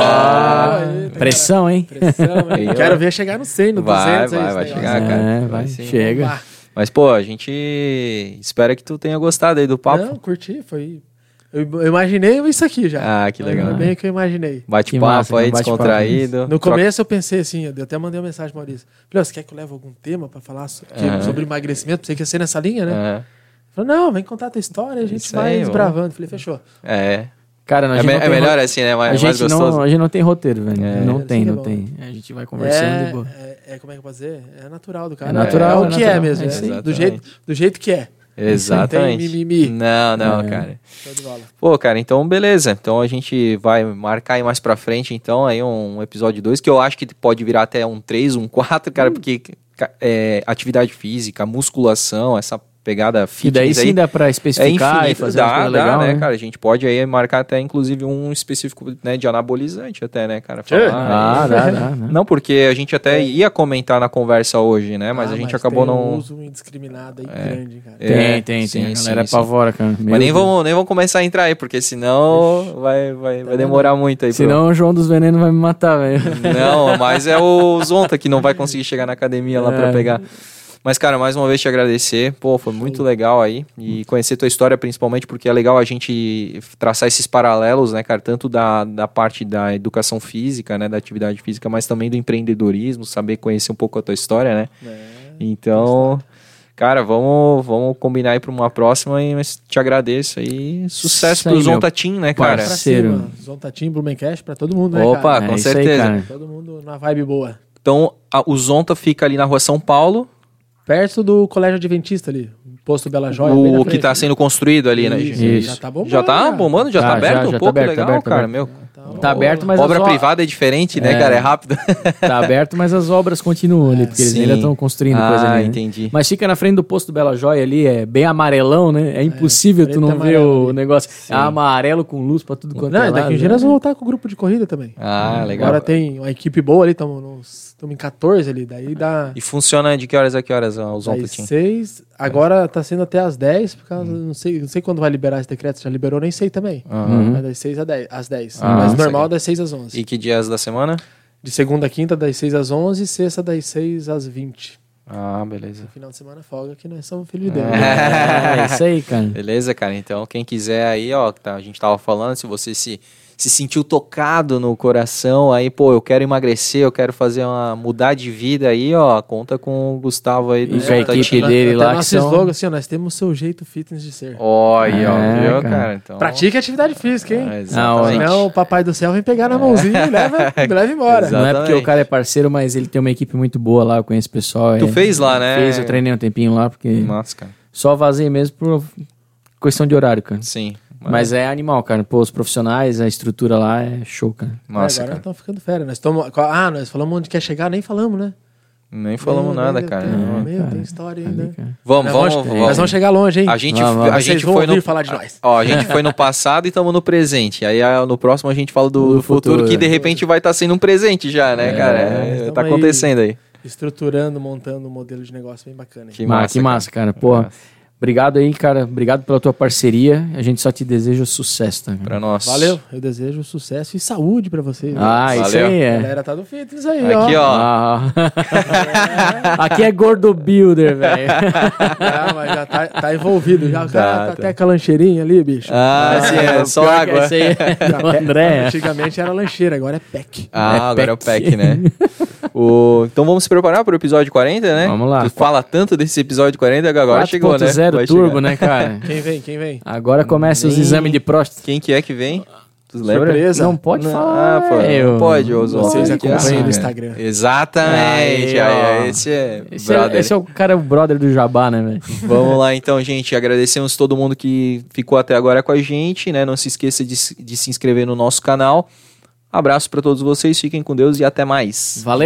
Ah, eita, pressão, hein? Pressão, hein? Aí, ó. Quero ver chegar no cem, no Vai, duzentos. aí, vai, esse vai negócio. chegar, cara. É, Vai vai, sim. chega. Vamos lá. Mas, pô, a gente espera que tu tenha gostado aí do papo. Não, curti, foi... Eu, eu imaginei isso aqui já. Ah, que legal. Foi bem o que eu imaginei. Que Bate-papo massa, aí, cara, bate-papo. descontraído. No Troca- começo eu pensei assim, eu até mandei uma mensagem pro Maurício. Falei, ó, você quer que eu leve algum tema pra falar so- que- Aham. sobre emagrecimento? Pensei que ia ser nessa linha, né? Aham. Falei, não, vem contar a tua história, a gente Isso vai aí, desbravando. Falei, fechou. É. Cara, a É, gente me- não é tem melhor ro- assim, né? A Mais, mais gente, gostoso. não, a gente não tem roteiro, velho. É. Não Assim tem, que é não bom. tem. A gente vai conversando de boa. É, é, como é que eu posso dizer? É natural do cara. É natural, É, é o que é natural. mesmo. É É isso aí. do, jeito, do jeito que é. Exatamente. Não tem mimimi. Não, não, É. cara. Show de bola. Pô, cara, então beleza. Então a gente vai marcar aí mais pra frente, então, aí um episódio dois, que eu acho que pode virar até um três, um quatro, cara, porque ca- é, atividade física, musculação, essa pegada E fitness daí sim aí, dá pra é especificar e infinito. fazer Dá, uma coisa dá, legal, né, né? cara? A gente pode aí marcar até, inclusive, um específico, né, de anabolizante até, né, cara? Tchê. Falar, Ah, dá, dá, dá. Não, porque a gente até ia comentar na conversa hoje, né? Mas Ah, a gente acabou tem não... um uso indiscriminado aí grande, cara. É, Tem, tem, sim, tem. A sim, galera sim. apavora, cara. Meu Mas nem Deus. vamos, nem vamos começar a entrar aí, porque senão vai, vai, vai demorar muito aí. pro- Senão o João dos Venenos vai me matar, velho. Não, mas é o Zonta que não vai conseguir chegar na academia lá pra É. pegar. Mas, cara, mais uma vez te agradecer. Pô, foi muito legal aí. E conhecer tua história, principalmente, porque é legal a gente traçar esses paralelos, né, cara? Tanto da, da parte da educação física, né, da atividade física, mas também do empreendedorismo, saber conhecer um pouco a tua história, né? É. Então, cara, vamos, vamos combinar aí pra uma próxima. E mas te agradeço aí. Sucesso Isso aí, pro meu Zonta Team, né, cara? Pra Parceiro. cima. Zontatim, Blumencast pra todo mundo, né, Opa, cara? com É isso aí, certeza. cara. Todo mundo na vibe boa. Então, a- o Zonta fica ali na rua São Paulo. Perto do Colégio Adventista ali. Posto Bela Joia. bem na O que frente. tá sendo construído ali, né? Isso, Isso. Já tá bombando. Já tá bombando? Já Já, tá aberto? já, já tá Pô, que aberto, legal, tá aberto, tá cara. aberto. Meu. Tá aberto, mas Obra as o- privada é diferente, né, É. cara? É rápido. Tá aberto, mas as obras continuam ali, porque eles Sim. ainda estão construindo Ah, coisa ali. né? entendi. Mas fica na frente do posto do Bela Joia ali, é bem amarelão, né? É impossível tu preto não e ver amarelo o ali. negócio. É amarelo com luz pra tudo quanto Não, é e daqui lado, em dias nós né? vamos voltar com o grupo de corrida também. Ah, legal. Agora tem uma equipe boa ali, estamos em catorze ali, daí dá E funciona de que horas a que horas ó, o Zonta daí Team? seis, agora tá sendo até às dez, por causa, não sei, não sei quando vai liberar esse decreto, já liberou, nem sei também. Aham. Mas das seis às dez, às dez. Ah, Mas isso normal aqui. das seis às onze. E que dias da semana? De segunda a quinta, das seis às onze, sexta das seis às vinte. Ah, beleza. Final de semana folga, que nós somos filhos de Deus. É, isso aí, cara. Beleza, cara? Então, quem quiser aí, ó, tá, a gente tava falando, se você se, se sentiu tocado no coração, aí, pô, eu quero emagrecer, eu quero fazer uma, mudar de vida aí, ó, conta com o Gustavo aí do E com a Zonta equipe Team. dele Até lá, que nosso são... slogan, assim, ó, nós temos o seu jeito fitness de ser. Olha, ó, É, viu, cara. cara? Então, Pratique atividade física, hein? Ah, exatamente. Senão o papai do céu vem pegar na mãozinha e leva, me leva embora. Exato. Não é porque Exatamente. o cara é parceiro, mas ele tem uma equipe muito boa lá, eu conheço o pessoal. Tu é- fez lá, né? Fez, eu treinei um tempinho lá, porque Nossa, cara. só vazei mesmo por questão de horário, cara. Sim. Mas é animal, cara. Pô, os profissionais, a estrutura lá é show, cara. Massa, agora cara. estamos ficando férias. Nós estamos. Ah, nós falamos onde quer chegar, nem falamos, né? Nem falamos Meu, nada, meu, cara. Tem, Não. meu, cara. tem história Ali, ainda. cara. Vamos, Nós vamos, vamos, vamos. nós vamos chegar longe, hein? A gente, Vamos, vamos. a Vocês gente vão foi no ouvir falar de nós. Ó, a gente foi no passado e estamos no presente. Aí a- no próximo a gente fala do, Do do futuro, futuro. que de repente vai estar sendo um presente já, né, É, cara? é, É, tamo tá aí. acontecendo aí. Estruturando, montando um modelo de negócio bem bacana. Que Ma- massa, que cara. massa, cara. Pô, Massa. obrigado aí, cara. Obrigado pela tua parceria. A gente só te deseja sucesso, tá? Pra nós. Valeu, eu desejo sucesso e saúde pra vocês. Ah, isso Valeu. aí A é. galera tá do fitness aí, Aqui, ó. Ah. Aqui é gordo builder, velho. Ah, mas já tá, tá envolvido. Já o cara Tá, tá, tá. até com a lancheirinha ali, bicho. Ah, sim, é só Pior que água. esse aí é do André. Antigamente era lancheira, agora é pack. Ah, É agora é o pack. pack, né? O... Então vamos se preparar para o episódio quarenta, né? Vamos lá. Tu fala tanto desse episódio quarenta que agora chegou, né? quatro ponto zero Vai turbo, chegar. né, cara? Quem vem, quem vem? Agora começa os Nem- exames de próstata. Quem que é que vem? Tu lembra? Surpresa. Não pode Não, falar. ah, pô, eu- não pode, Ozon. Vocês Tem que acompanham assim, no né? Instagram. Exatamente. Aí, ó. Aí, esse é Esse é, brother. esse é o cara, o brother do Jabá, né, velho? Vamos lá então, gente. Agradecemos todo mundo que ficou até agora com a gente, né? Não se esqueça de, se- de se inscrever no nosso canal. Abraço para todos vocês, fiquem com Deus e até mais. Valeu!